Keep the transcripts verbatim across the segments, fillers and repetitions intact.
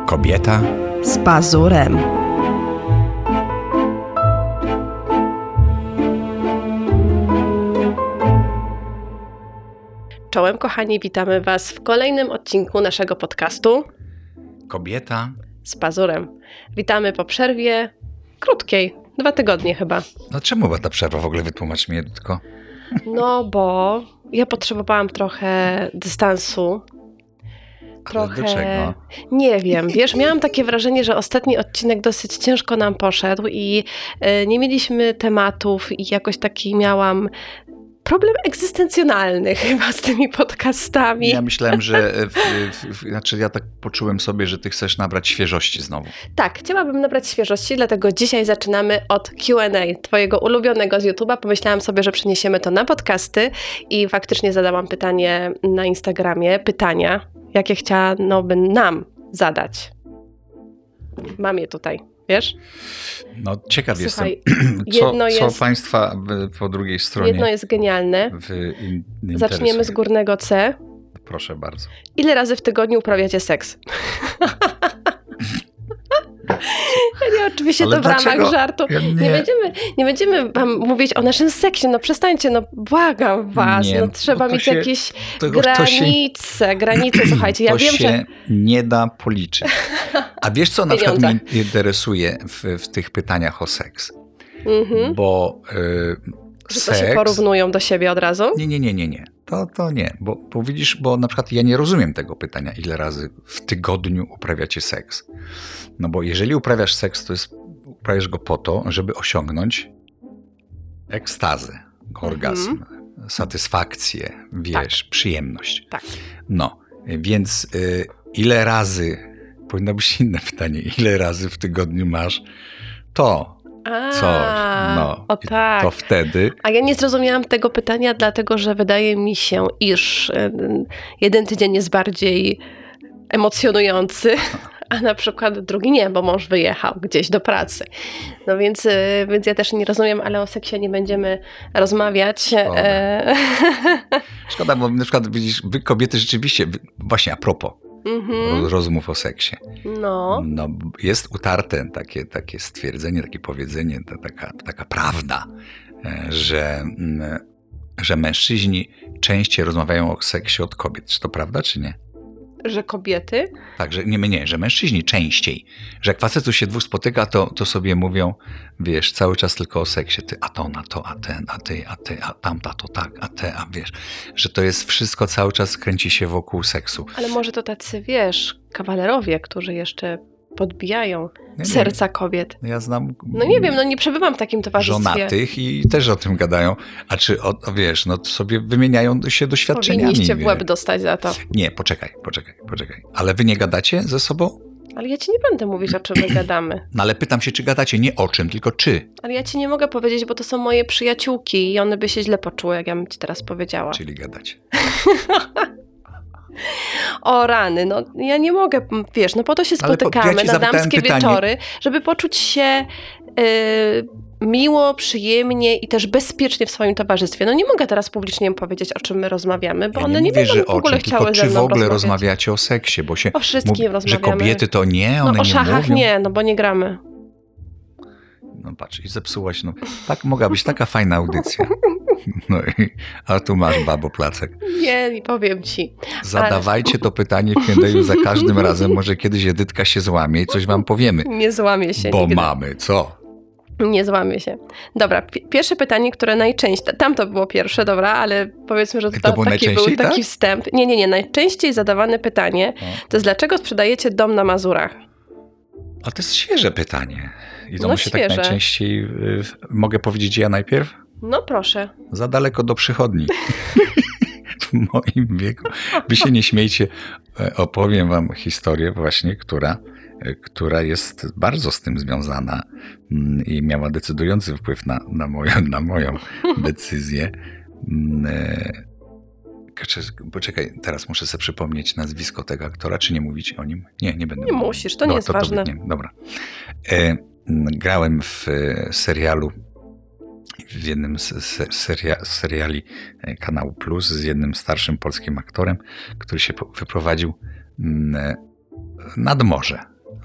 Kobieta z pazurem. Czołem kochani, witamy Was w kolejnym odcinku naszego podcastu Kobieta z pazurem. Witamy po przerwie krótkiej, dwa tygodnie chyba. No czemu była ta przerwa w ogóle? Wytłumacz mi tylko. No bo ja potrzebowałam trochę dystansu. Trochę. Do czego? Nie wiem, wiesz, miałam takie wrażenie, że ostatni odcinek dosyć ciężko nam poszedł i y, nie mieliśmy tematów i jakoś taki miałam problem egzystencjonalny chyba z tymi podcastami. Ja myślałem, że w, w, w, znaczy ja tak poczułem sobie, że ty chcesz nabrać świeżości znowu. Tak, chciałabym nabrać świeżości, dlatego dzisiaj zaczynamy od Q and A, twojego ulubionego z YouTube'a. Pomyślałam sobie, że przeniesiemy to na podcasty i faktycznie zadałam pytanie na Instagramie, pytania, jakie chciano by nam zadać. Mam je tutaj, wiesz? No ciekaw Słuchaj, jestem, jedno co, jest, co państwa po drugiej stronie jedno jest genialne. w in, Zaczniemy z górnego C. Proszę bardzo. Ile razy w tygodniu uprawiacie seks? Nie, oczywiście Ale to w dlaczego? ramach żartu. Ja nie. Nie, będziemy, nie będziemy wam mówić o naszym seksie, no przestańcie, no błagam was, Nie, no trzeba to mieć się- jakieś to- to granice, się- granice, słuchajcie, ja to wiem, się że... nie da policzyć. A wiesz, co na przykład Pieniądze. mnie interesuje w, w tych pytaniach o seks? Mhm. Bo y, Że to seks... się porównują do siebie od razu? Nie, nie, nie, nie, nie. To, to nie, bo, bo widzisz, bo na przykład ja nie rozumiem tego pytania, ile razy w tygodniu uprawiacie seks. No bo jeżeli uprawiasz seks, to jest, uprawiasz go po to, żeby osiągnąć ekstazę, orgazm, satysfakcję, wiesz, przyjemność. Tak. No, więc y, ile razy, powinno być inne pytanie, ile razy w tygodniu masz to, A, coś, no, o i tak. to wtedy... A ja nie zrozumiałam tego pytania, dlatego że wydaje mi się, iż y, jeden tydzień jest bardziej emocjonujący, a na przykład drugi nie, bo mąż wyjechał gdzieś do pracy. No więc, y, więc ja też nie rozumiem, ale o seksie nie będziemy rozmawiać. E, Szkoda, bo na przykład widzisz, wy kobiety rzeczywiście, wy- właśnie a propos mhm. rozmów o seksie, No, no, jest utarte takie, takie stwierdzenie, takie powiedzenie, ta, taka, taka prawda, e, że, mm, że mężczyźni częściej rozmawiają o seksie od kobiet. Czy to prawda, czy nie? że kobiety... Tak, że nie, nie, że mężczyźni częściej, że jak facetów się dwóch spotyka, to, to sobie mówią, wiesz, cały czas tylko o seksie. Ty, a to na to, a ten, a ty, a ty, a tamta to tak, a te, a wiesz, że to jest wszystko cały czas kręci się wokół seksu. Ale może to tacy, wiesz, kawalerowie, którzy jeszcze podbijają Nie, serca kobiet. nie, ja znam No nie wiem, no nie przebywam w takim towarzystwie. żonatych i też o tym gadają. A czy, o, o, wiesz, no to sobie wymieniają się doświadczeniami. Powinniście w wie. łeb dostać za to. Nie, poczekaj, poczekaj, poczekaj. Ale wy nie gadacie ze sobą? Ale ja ci nie będę mówić, o czym my gadamy. No ale pytam się, czy gadacie nie o czym, tylko czy. Ale ja ci nie mogę powiedzieć, bo to są moje przyjaciółki i one by się źle poczuły, jak ja bym ci teraz powiedziała. Czyli gadacie. O rany, no ja nie mogę, wiesz, no po to się Ale po- spotykamy ja ci na zapytałem damskie pytanie. wieczory, żeby poczuć się y, miło, przyjemnie i też bezpiecznie w swoim towarzystwie. No nie mogę teraz publicznie im powiedzieć, o czym my rozmawiamy, bo Ja one nie nie mówię, będą że w o ogóle czym, chciały tylko ze czy mną w ogóle rozmawiać. rozmawiacie o seksie, bo się O wszystkim mówi, że rozmawiamy. kobiety to nie, one No o nie szachach mówią. nie, no bo nie gramy. No patrz, i zepsułaś, no tak mogła być taka fajna audycja. No i, a tu masz babo placek. Nie, nie powiem ci. Zadawajcie to pytanie w Q and A za każdym razem, może kiedyś Edytka się złamie i coś wam powiemy. Nie złamię się Bo nigdy. mamy, co? Nie złamię się. Dobra, pi- pierwsze pytanie, które najczęściej, tam to było pierwsze, dobra, ale powiedzmy, że to, To było taki był najczęściej, taki tak? wstęp. Nie, nie, nie, najczęściej zadawane pytanie O. to jest, dlaczego sprzedajecie dom na Mazurach? A to jest świeże pytanie. I to No mu się świeże. tak najczęściej... Y, mogę powiedzieć ja najpierw? No proszę. Za daleko do przychodni. W moim wieku. Wy się nie śmiejcie. E, Opowiem wam historię właśnie, która, e, która jest bardzo z tym związana mm, i miała decydujący wpływ na, na, moją, na moją decyzję. Mm, e, Kacze- Poczekaj, teraz muszę sobie przypomnieć nazwisko tego aktora, czy nie mówić o nim? Nie, nie będę Nie mówił. musisz, to nie No, jest ważne. wytnę. Dobra. E, m, grałem w e, serialu, w jednym z se- seria, seriali e, Kanału Plus z jednym starszym polskim aktorem, który się po- wyprowadził mm, e, nad morze.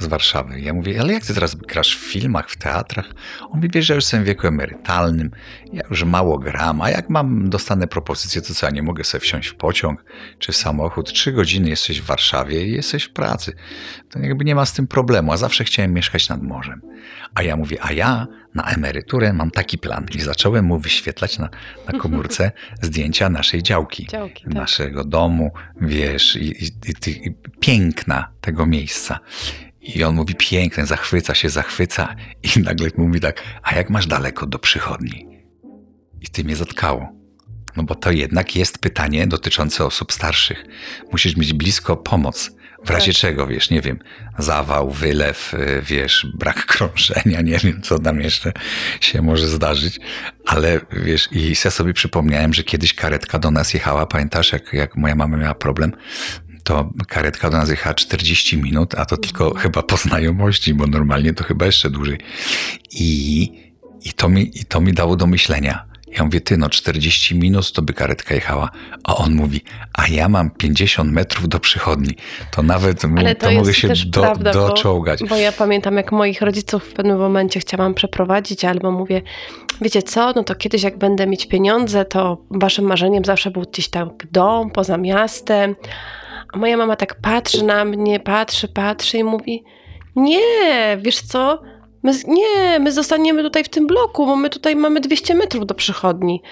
z Warszawy. Ja mówię, ale jak ty teraz grasz w filmach, w teatrach? On mówi, wiesz, że już jestem w wieku emerytalnym, ja już mało gram, a jak mam, dostanę propozycję, to co, ja nie mogę sobie wsiąść w pociąg czy w samochód, trzy godziny jesteś w Warszawie i jesteś w pracy. To jakby nie ma z tym problemu, a zawsze chciałem mieszkać nad morzem. A ja mówię, a ja na emeryturę mam taki plan. I zacząłem mu wyświetlać na, na komórce zdjęcia naszej działki, działki tak. naszego domu, wiesz, i, i, i, i piękna tego miejsca. I on mówi, piękne, zachwyca się, zachwyca. I nagle mówi tak, a jak masz daleko do przychodni? I ty mnie zatkało. No bo to jednak jest pytanie dotyczące osób starszych. Musisz mieć blisko pomoc. W razie tak. czego, wiesz, nie wiem, zawał, wylew, wiesz, brak krążenia, nie wiem, co tam jeszcze się może zdarzyć. Ale wiesz, i ja sobie przypomniałem, że kiedyś karetka do nas jechała. Pamiętasz, jak, jak moja mama miała problem? To karetka do nas jechała czterdzieści minut, a to tylko chyba po znajomości, bo normalnie to chyba jeszcze dłużej. I, i, to, mi, i to mi dało do myślenia. Ja mówię, ty no czterdzieści minut to by karetka jechała. A on mówi, a ja mam pięćdziesiąt metrów do przychodni. To nawet to, to mogę się do, prawda, doczołgać. Bo, bo ja pamiętam, jak moich rodziców w pewnym momencie chciałam przeprowadzić, albo mówię, wiecie co, no to kiedyś jak będę mieć pieniądze, to waszym marzeniem zawsze był gdzieś tam dom poza miastem. A moja mama tak patrzy na mnie, patrzy, patrzy i mówi, nie, wiesz co, my, nie, my zostaniemy tutaj w tym bloku, bo my tutaj mamy dwieście metrów do przychodni.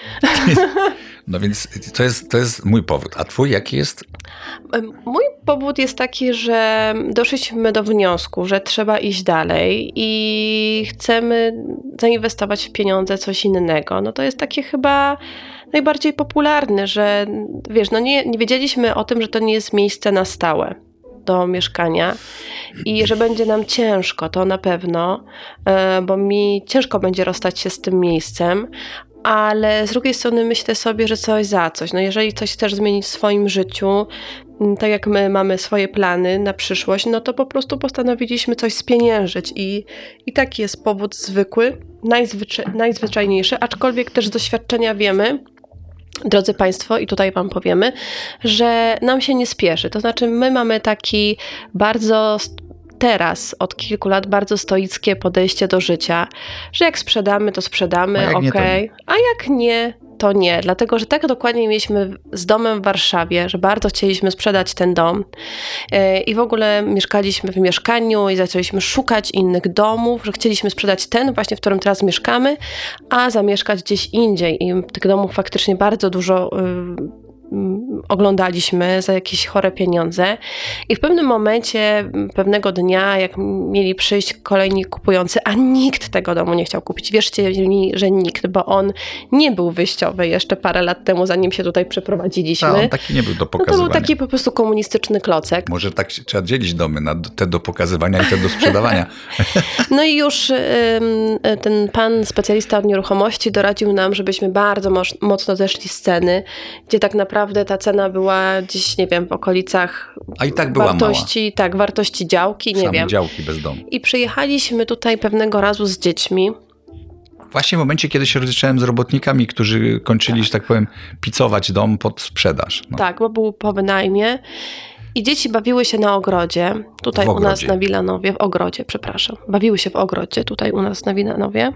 No więc to jest, to jest mój powód. A twój jaki jest? Mój powód jest taki, że doszliśmy do wniosku, że trzeba iść dalej i chcemy zainwestować w pieniądze coś innego. No to jest takie chyba najbardziej popularne, że wiesz, no nie, nie wiedzieliśmy o tym, że to nie jest miejsce na stałe do mieszkania i że będzie nam ciężko, to na pewno, bo mi ciężko będzie rozstać się z tym miejscem, ale z drugiej strony myślę sobie, że coś za coś. No jeżeli coś chcesz zmienić w swoim życiu, tak jak my mamy swoje plany na przyszłość, no to po prostu postanowiliśmy coś spieniężyć i, i taki jest powód zwykły, najzwyczaj, najzwyczajniejszy, aczkolwiek też z doświadczenia wiemy, drodzy Państwo, i tutaj Wam powiemy, że nam się nie spieszy. To znaczy my mamy taki bardzo teraz od kilku lat bardzo stoickie podejście do życia, że jak sprzedamy, to sprzedamy, okej, okay. A jak nie, to nie. Dlatego, że tak dokładnie mieliśmy z domem w Warszawie, że bardzo chcieliśmy sprzedać ten dom yy, i w ogóle mieszkaliśmy w mieszkaniu i zaczęliśmy szukać innych domów, że chcieliśmy sprzedać ten właśnie, w którym teraz mieszkamy, a zamieszkać gdzieś indziej. I tych domów faktycznie bardzo dużo yy, oglądaliśmy za jakieś chore pieniądze i w pewnym momencie, pewnego dnia, jak mieli przyjść kolejni kupujący, a nikt tego domu nie chciał kupić. Wierzcie mi, że nikt, bo on nie był wyjściowy jeszcze parę lat temu, zanim się tutaj przeprowadziliśmy. A on taki nie był do pokazywania. No to był taki po prostu komunistyczny klocek. Może tak trzeba dzielić domy na te do pokazywania i te do sprzedawania. No i już ten pan specjalista od nieruchomości doradził nam, żebyśmy bardzo mocno zeszli z ceny, gdzie tak naprawdę ta cena była gdzieś, nie wiem, w okolicach A i tak była wartości, mała. tak, wartości działki, nie Same wiem. działki bez domu. I przyjechaliśmy tutaj pewnego razu z dziećmi. Właśnie w momencie, kiedy się rozliczałem z robotnikami, którzy kończyli, tak. że tak powiem, picować dom pod sprzedaż. No. Tak, bo był po wynajmie. I dzieci bawiły się na ogrodzie, tutaj u nas na Wilanowie, w ogrodzie, przepraszam. Bawiły się w ogrodzie, tutaj u nas na Wilanowie.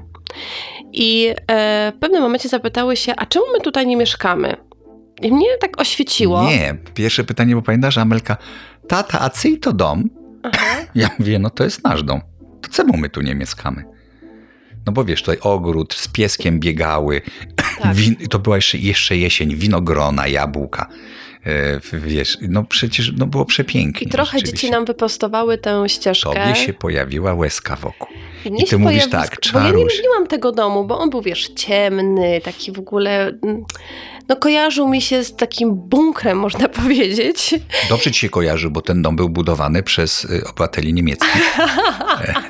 I e, w pewnym momencie zapytały się, a czemu my tutaj nie mieszkamy? I mnie tak oświeciło. Nie, pierwsze pytanie, bo pamiętasz, Amelka, tata, a cyj to dom? Aha. Ja mówię, no to jest nasz dom. To czemu my tu nie mieszkamy? No bo wiesz, tutaj ogród, z pieskiem biegały, tak. Win, to była jeszcze, jeszcze jesień, winogrona, jabłka. Wiesz, no przecież no było przepięknie. I trochę dzieci nam wyprostowały tę ścieżkę. Tobie się pojawiła łezka wokół. I, I ty mówisz tak, Czaruś. Bo ja nie lubiłam tego domu, bo on był, wiesz, ciemny, taki w ogóle, no kojarzył mi się z takim bunkrem, można powiedzieć. Dobrze ci się kojarzył, bo ten dom był budowany przez obywateli niemieckich.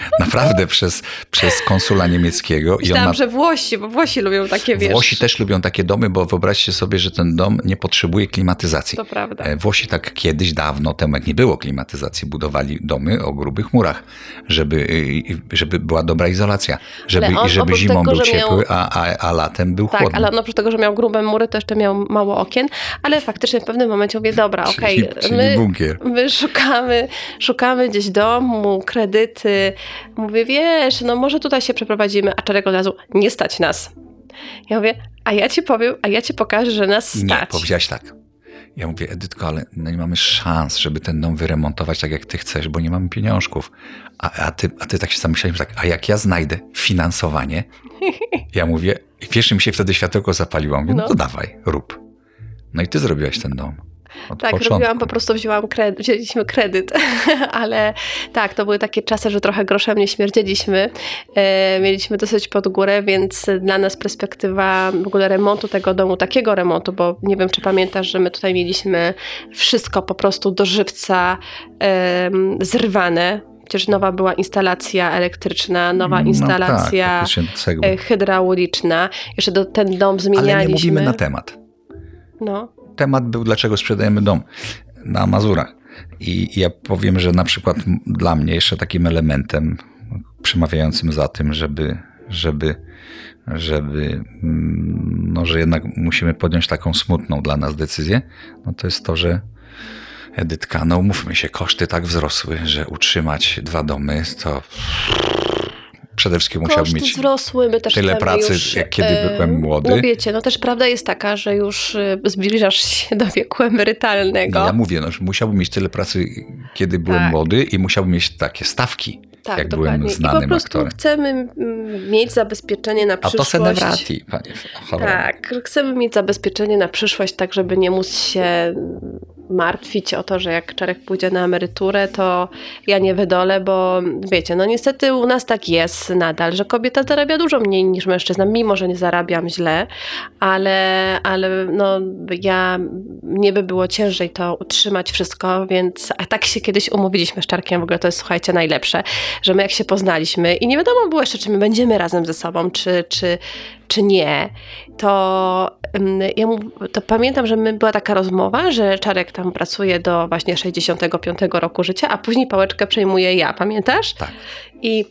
Naprawdę przez, przez konsula niemieckiego. Myślałam, I on ma... że Włosi, bo Włosi lubią takie, wiesz. Włosi też lubią takie domy, bo wyobraźcie sobie, że ten dom nie potrzebuje klimatyzacji. To prawda. Włosi tak kiedyś, dawno temu, jak nie było klimatyzacji, budowali domy o grubych murach, żeby, żeby była dobra izolacja, żeby, on, żeby zimą tego, był ciepły, miał... a, a, a latem był tak, chłodny. Tak, ale oprócz tego, że miał grube mury, to jeszcze miał mało okien, ale faktycznie w pewnym momencie mówię, dobra, okej, okay, my, bunkier. my szukamy, szukamy gdzieś domu, kredyty. Mówię, wiesz, no może tutaj się przeprowadzimy, a Czarek od razu, nie stać nas. Ja mówię, a ja ci powiem, a ja ci pokażę, że nas stać. Nie, powiedziałaś tak. Ja mówię, Edytko, ale no nie mamy szans, żeby ten dom wyremontować tak, jak ty chcesz, bo nie mamy pieniążków. A, a, ty, a ty tak się zamyślałeś, tak, a jak ja znajdę finansowanie? Ja mówię, i pierwszy mi się wtedy światełko zapaliło. Mówię, no, no to dawaj, rób. No i ty zrobiłaś ten dom. Od tak, początku. robiłam, po prostu wzięłam kredyt, wzięliśmy kredyt, ale tak, to były takie czasy, że trochę groszem nie śmierdzieliśmy. E, mieliśmy dosyć pod górę, więc dla nas perspektywa w ogóle remontu tego domu, takiego remontu, bo nie wiem, czy pamiętasz, że my tutaj mieliśmy wszystko po prostu do żywca e, zrywane. Przecież nowa była instalacja elektryczna, nowa instalacja no tak, hydrauliczna. Jeszcze do, ten dom zmienialiśmy. Ale nie mówimy na temat. No. Temat był, dlaczego sprzedajemy dom na Mazurach. I ja powiem, że na przykład dla mnie jeszcze takim elementem przemawiającym za tym, żeby, żeby, żeby no, że jednak musimy podjąć taką smutną dla nas decyzję, no to jest to, że Edytka, no umówmy się, koszty tak wzrosły, że utrzymać dwa domy to przede wszystkim musiałbym mieć wzrosły, my też tyle pracy, już, jak kiedy yy, byłem młody. No wiecie, no też prawda jest taka, że już zbliżasz się do wieku emerytalnego. Nie, ja mówię, no, że musiałbym mieć tyle pracy, kiedy byłem tak. młody i musiałbym mieć takie stawki, tak, jak dokładnie. byłem znanym aktorem. I po prostu aktorem. chcemy mieć zabezpieczenie na przyszłość. A to se wrati, panie. Tak, chcemy mieć zabezpieczenie na przyszłość, tak żeby nie móc się martwić o to, że jak Czarek pójdzie na emeryturę, to ja nie wydolę, bo wiecie, no niestety u nas tak jest nadal, że kobieta zarabia dużo mniej niż mężczyzna, mimo że nie zarabiam źle, ale, ale no ja, mnie by było ciężej to utrzymać wszystko, więc a tak się kiedyś umówiliśmy z Czarkiem, w ogóle to jest, słuchajcie, najlepsze, że my jak się poznaliśmy i nie wiadomo było jeszcze, czy my będziemy razem ze sobą, czy, czy, czy nie, to ja mu, to pamiętam, że my, była taka rozmowa, że Czarek tam pracuje do właśnie sześćdziesiątego piątego roku życia, a później pałeczkę przejmuję ja, pamiętasz? Tak. I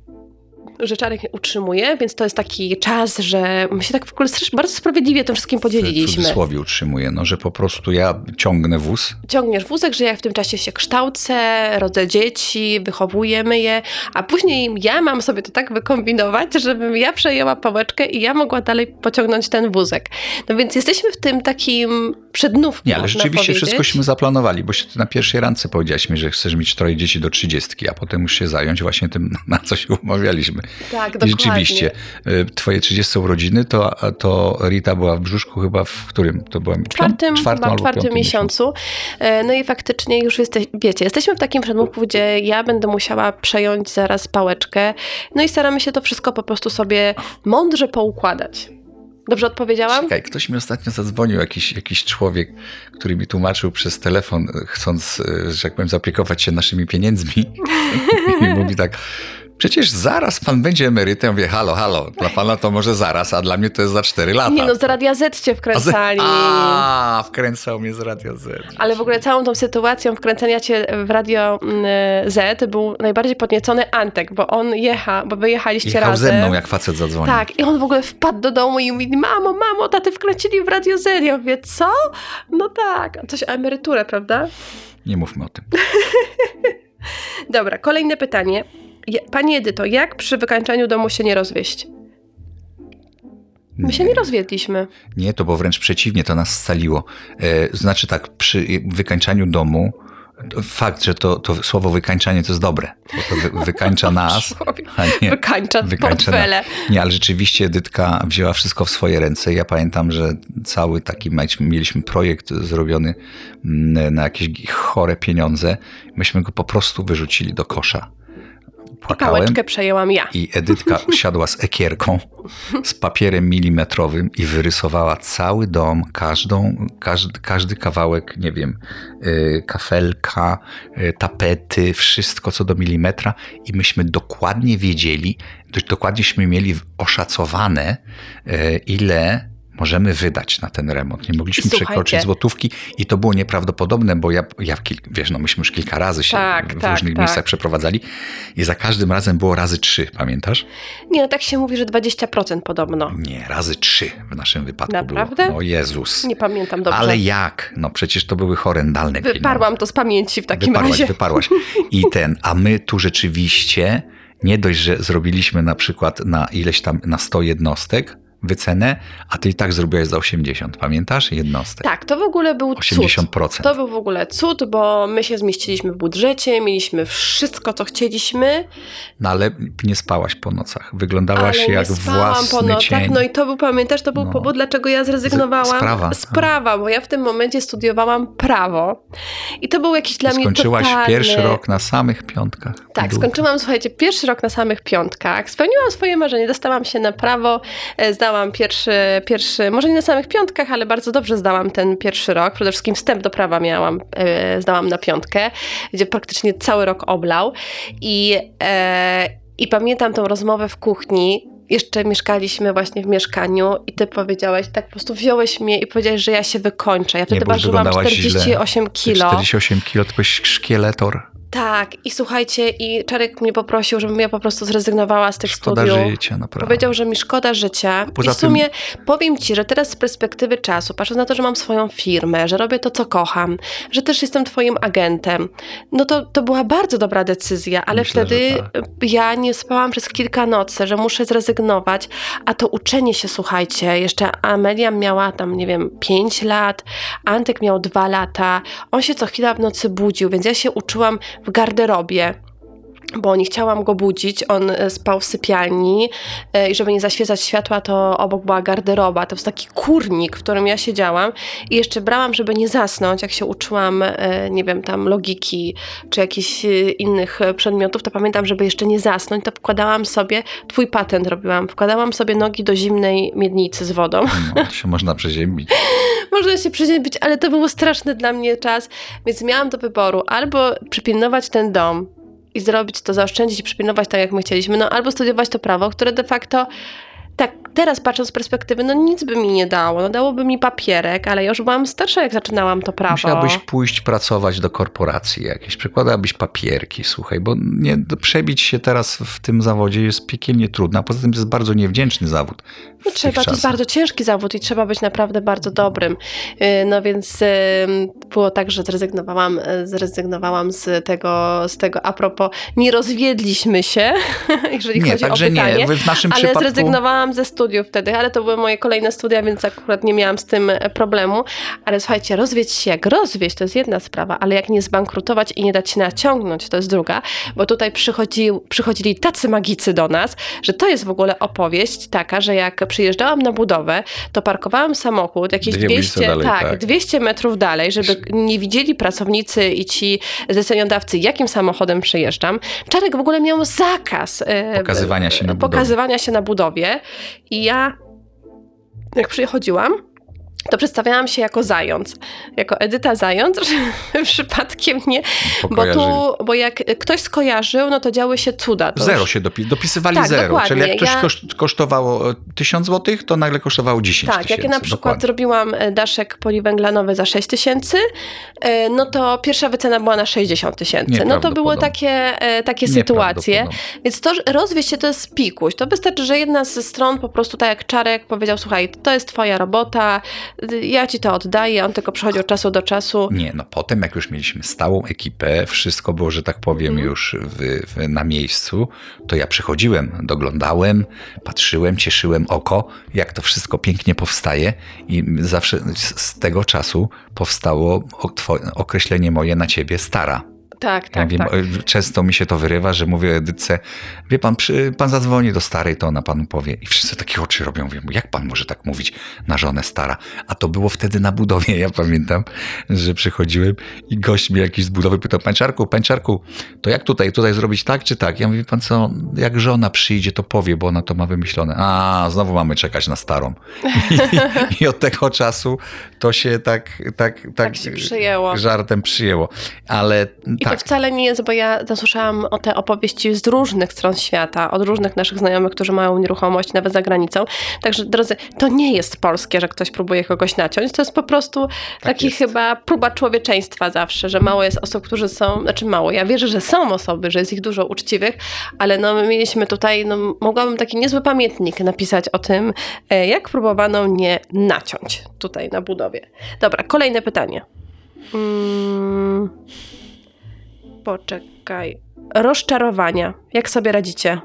że Czarek utrzymuje, więc to jest taki czas, że my się tak w ogóle bardzo sprawiedliwie tym wszystkim podzieliliśmy. W cudzysłowie utrzymuję, no, że po prostu ja ciągnę wóz. Ciągniesz wózek, że ja w tym czasie się kształcę, rodzę dzieci, wychowujemy je, a później ja mam sobie to tak wykombinować, żebym ja przejęła pałeczkę i ja mogła dalej pociągnąć ten wózek. No więc jesteśmy w tym takim przednówku. Nie, ale rzeczywiście wszystkośmy zaplanowali, bo się na pierwszej randce powiedziałaś mi, że chcesz mieć troje dzieci do trzydziestki, a potem już się zająć właśnie tym, na co się umawialiśmy. Tak, dokładnie. I rzeczywiście, twoje trzydzieste urodziny, to, to Rita była w brzuszku chyba w którym? To była czwartym, czwartym chyba albo czwartym miesiącu. No i faktycznie już jesteś, wiecie, jesteśmy w takim przedmówku, gdzie ja będę musiała przejąć zaraz pałeczkę. No i staramy się to wszystko po prostu sobie mądrze poukładać. Dobrze odpowiedziałam? Czekaj, ktoś mi ostatnio zadzwonił, jakiś, jakiś człowiek, który mi tłumaczył przez telefon, chcąc, że tak powiem, zaopiekować się naszymi pieniędzmi. I mówi tak, przecież zaraz pan będzie emerytem. Mówię, halo, halo, dla pana to może zaraz, a dla mnie to jest za cztery lata. Nie no, z Radia Z cię wkręcali. A, wkręcał mnie z Radia Z. Ale w ogóle całą tą sytuacją wkręcania cię w Radio Z był najbardziej podniecony Antek, bo on jecha, bo wy jechaliście Jechał razem. ze mną, jak facet zadzwonił. Tak, i on w ogóle wpadł do domu i mówi, mamo, mamo, taty wkręcili w Radio Z. Ja mówię, co? No tak, coś o emeryturę, prawda? Nie mówmy o tym. Dobra, kolejne pytanie. Pani Edyto, jak przy wykańczaniu domu się nie rozwieść? My nie. się nie rozwiedliśmy. Nie, to było wręcz przeciwnie, to nas scaliło. E, znaczy tak, przy wykańczaniu domu, fakt, że to, to słowo wykańczanie to jest dobre, bo to wy, wykańcza nas. A nie, wykańcza, wykańcza portfele. Na, nie, ale rzeczywiście Edytka wzięła wszystko w swoje ręce. Ja pamiętam, że cały taki, mieliśmy projekt zrobiony na jakieś chore pieniądze. Myśmy go po prostu wyrzucili do kosza. płakałem. I pałeczkę przejęłam ja. I Edytka siadła z ekierką, z papierem milimetrowym i wyrysowała cały dom, każdą, każdy, każdy kawałek, nie wiem, yy, kafelka, yy, tapety, wszystko co do milimetra i myśmy dokładnie wiedzieli, dokładnieśmy mieli oszacowane, yy, ile możemy wydać na ten remont. Nie mogliśmy Słuchajcie. przekroczyć złotówki i to było nieprawdopodobne, bo ja, ja kil, wiesz, no myśmy już kilka razy się tak, w tak, różnych tak. miejscach przeprowadzali i za każdym razem było razy trzy, pamiętasz? Nie, no tak się mówi, że dwadzieścia procent podobno. Nie, razy trzy w naszym wypadku Naprawdę? było. No Jezus. Nie pamiętam dobrze. Ale jak? No przecież to były horrendalne pieniądze. Wyparłam to z pamięci w takim wyparłaś, razie. Wyparłaś, I ten, a my tu rzeczywiście nie dość, że zrobiliśmy na przykład na ileś tam, na sto jednostek, wycenę, a ty i tak zrobiłeś za osiemdziesiąt, pamiętasz? Jednostek. Tak, to w ogóle był osiemdziesiąt procent. cud. To był w ogóle cud, bo my się zmieściliśmy w budżecie, mieliśmy wszystko, co chcieliśmy. No ale nie spałaś po nocach. Wyglądałaś ale jak nie spałam własny po nocach. cień. No i to był, pamiętasz, to był No. powód, dlaczego ja zrezygnowałam. Sprawa. Sprawa, bo ja w tym momencie studiowałam prawo. I to był jakiś dla mnie Skończyłaś totalny... pierwszy rok na samych piątkach. Tak, skończyłam, słuchajcie, pierwszy rok na samych piątkach. Spełniłam swoje marzenie, dostałam się na prawo, zdałam pierwszy, pierwszy, może nie na samych piątkach, ale bardzo dobrze zdałam ten pierwszy rok. Przede wszystkim wstęp do prawa miałam, zdałam na piątkę, gdzie praktycznie cały rok oblał. I, e, i pamiętam tą rozmowę w kuchni. Jeszcze mieszkaliśmy właśnie w mieszkaniu i ty powiedziałeś, tak po prostu wziąłeś mnie i powiedziałeś, że ja się wykończę. Ja wtedy ważyłam czterdzieści osiem kilo. czterdzieści osiem kilo, to byłeś szkieletor. Tak, i słuchajcie, i Czarek mnie poprosił, żebym ja po prostu zrezygnowała z tych szkoda studiów. Szkoda życia, naprawdę. Powiedział, że mi szkoda życia. Poza I w sumie tym... powiem ci, że teraz z perspektywy czasu, patrząc na to, że mam swoją firmę, że robię to, co kocham, że też jestem twoim agentem, no to, to była bardzo dobra decyzja, ale Myślę, wtedy tak. ja nie spałam przez kilka nocy, że muszę zrezygnować, a to uczenie się, słuchajcie, jeszcze Amelia miała tam, nie wiem, pięć lat, Antek miał dwa lata, on się co chwila w nocy budził, więc ja się uczyłam w garderobie, bo nie chciałam go budzić, on spał w sypialni i żeby nie zaświecać światła, to obok była garderoba, to był taki kurnik, w którym ja siedziałam i jeszcze brałam, żeby nie zasnąć, jak się uczyłam, nie wiem, tam logiki, czy jakichś innych przedmiotów, to pamiętam, żeby jeszcze nie zasnąć, to wkładałam sobie, twój patent robiłam, wkładałam sobie nogi do zimnej miednicy z wodą. No, to się można przeziębić. Można się przeziębić, ale to był straszny dla mnie czas, więc miałam do wyboru albo przypilnować ten dom, i zrobić to, zaoszczędzić i przypilnować tak, jak my chcieliśmy, no albo studiować to prawo, które de facto, tak teraz patrząc z perspektywy, no nic by mi nie dało, no dałoby mi papierek, ale ja już byłam starsza, jak zaczynałam to prawo. Musiałabyś pójść pracować do korporacji jakiejś, przekładałabyś papierki, słuchaj, bo nie, przebić się teraz w tym zawodzie jest piekielnie trudno, a poza tym to jest bardzo niewdzięczny zawód. No trzeba, to jest bardzo ciężki zawód i trzeba być naprawdę bardzo dobrym. No więc było tak, że zrezygnowałam, zrezygnowałam z tego, z tego a propos, nie rozwiedliśmy się, jeżeli nie, chodzi także o pytanie, nie, w naszym ale przypadku... zrezygnowałam ze studiów wtedy, ale to były moje kolejne studia, więc akurat nie miałam z tym problemu, ale słuchajcie, rozwieść się jak rozwieść, to jest jedna sprawa, ale jak nie zbankrutować i nie dać się naciągnąć, to jest druga, bo tutaj przychodzi, przychodzili tacy magicy do nas, że to jest w ogóle opowieść taka, że jak przyjeżdżałam na budowę, to parkowałam samochód jakieś dwieście, dalej, tak, tak. dwieście metrów dalej, żeby nie widzieli pracownicy i ci zleceniodawcy, jakim samochodem przyjeżdżam. Czarek w ogóle miał zakaz pokazywania się na budowie. pokazywania się na budowie i ja jak przychodziłam, to przedstawiałam się jako Zając, jako Edyta Zając, że przypadkiem nie, bo tu, bo jak ktoś skojarzył, no to działy się cuda. To zero już... się dopi- dopisywali tak, zero, dokładnie. czyli jak coś ja... koszt- kosztowało tysiąc złotych, to nagle kosztowało dziesięć tak, tysięcy. jak ja na przykład dokładnie. zrobiłam daszek poliwęglanowy za sześć tysięcy, no to pierwsza wycena była na sześćdziesiąt tysięcy. No to były takie, takie sytuacje, więc to, że rozwieść się, to jest pikuś. To wystarczy, że jedna ze stron po prostu, tak jak Czarek powiedział, słuchaj, to jest twoja robota, ja ci to oddaję, on tylko przychodzi od czasu do czasu. Nie, no potem jak już mieliśmy stałą ekipę, wszystko było, że tak powiem, mm. już w, w, na miejscu, to ja przychodziłem, doglądałem, patrzyłem, cieszyłem oko, jak to wszystko pięknie powstaje i zawsze z tego czasu powstało określenie moje na ciebie stara. Tak, Ja tak, wiem, tak. często mi się to wyrywa, że mówię Edyce, wie pan, przy, pan zadzwoni do starej, to ona panu powie. I wszyscy takie oczy robią. Mówię, jak pan może tak mówić na żonę stara? A to było wtedy na budowie, ja pamiętam, że przychodziłem i gość mnie jakiś z budowy pytał, pańczarku, pańczarku, to jak tutaj, tutaj zrobić tak czy tak? Ja mówię, pan co, jak żona przyjdzie, to powie, bo ona to ma wymyślone. A, znowu mamy czekać na starą. I, i od tego czasu to się tak, tak, tak, Tak się przyjęło. żartem przyjęło. Ale I tak. to wcale nie jest, bo ja zasłyszałam o te opowieści z różnych stron świata, od różnych naszych znajomych, którzy mają nieruchomość nawet za granicą. Także drodzy, to nie jest polskie, że ktoś próbuje kogoś naciąć. To jest po prostu tak taki jest. Chyba próba człowieczeństwa zawsze, że mało jest osób, którzy są, znaczy mało, ja wierzę, że są osoby, że jest ich dużo uczciwych, ale no my mieliśmy tutaj, no mogłabym taki niezły pamiętnik napisać o tym, jak próbowano mnie naciąć tutaj na budowie. Dobra, kolejne pytanie. Hmm... Poczekaj. Rozczarowania. Jak sobie radzicie?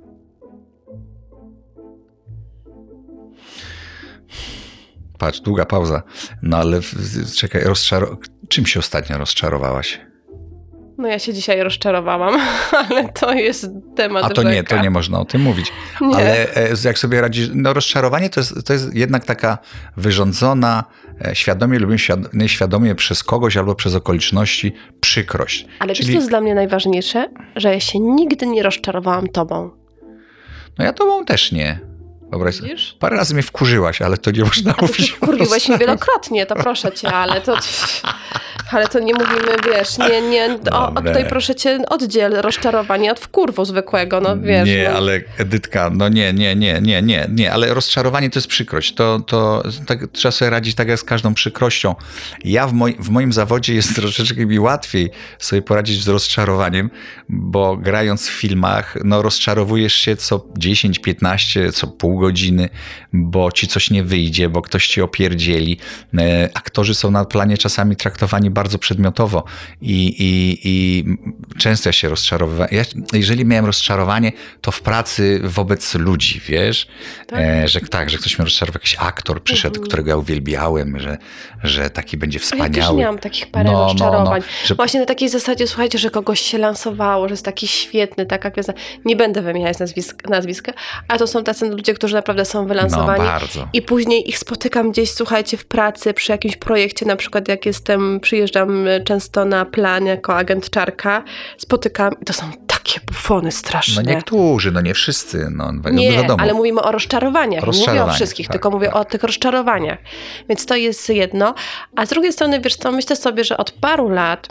Patrz, długa pauza. No ale czekaj, rozczaro... czym się ostatnio rozczarowałaś? No ja się dzisiaj rozczarowałam, ale to jest temat A to rzeka. nie, to nie można o tym mówić. Nie. Ale jak sobie radzisz, no rozczarowanie to jest, to jest jednak taka wyrządzona, świadomie lub nieświadomie przez kogoś albo przez okoliczności przykrość. Ale Czyli... wiesz, co jest dla mnie najważniejsze? Że ja się nigdy nie rozczarowałam tobą. No ja tobą też nie. Wyobraź sobie. Parę razy mnie wkurzyłaś, ale to nie można A mówić. Wkurwiłeś mnie wielokrotnie, to proszę cię, ale to... Ale to nie mówimy, wiesz, nie, nie, o, o tutaj proszę cię oddziel rozczarowanie od wkurwu zwykłego, no wiesz. Nie, no. ale Edytka, no nie, nie, nie, nie, nie, nie, ale rozczarowanie to jest przykrość, to, to tak, trzeba sobie radzić tak jak z każdą przykrością. Ja w, moj, w moim zawodzie jest troszeczkę mi łatwiej sobie poradzić z rozczarowaniem, bo grając w filmach, no rozczarowujesz się co dziesięć, piętnaście, co pół godziny, bo ci coś nie wyjdzie, bo ktoś ci opierdzieli. E, aktorzy są na planie czasami traktowani bardzo przedmiotowo i, i, i często ja się rozczarowywałem. Ja, jeżeli miałem rozczarowanie, to w pracy wobec ludzi, wiesz, tak, e, że tak, że ktoś mnie rozczarował, jakiś aktor przyszedł, mhm. którego ja uwielbiałem, że, że taki będzie wspaniały. Ja też miałam takich parę no, rozczarowań. No, no, że... Właśnie na takiej zasadzie, słuchajcie, że kogoś się lansowało, że jest taki świetny, taka gwiazda. Nie będę wymieniać nazwisk, nazwiska, a to są tacy ludzie, którzy naprawdę są wylansowani. No, bardzo. I później ich spotykam gdzieś, słuchajcie, w pracy, przy jakimś projekcie, na przykład jak jestem, przyjeżdżam często na plan jako agent Czarka, spotykam i to są takie bufony straszne. No niektórzy, no nie wszyscy. No, nie, wiadomo. ale mówimy o rozczarowaniach. Nie mówię o wszystkich, tak, tylko mówię tak. o tych rozczarowaniach. Więc to jest jedno. A z drugiej strony, wiesz co, myślę sobie, że od paru lat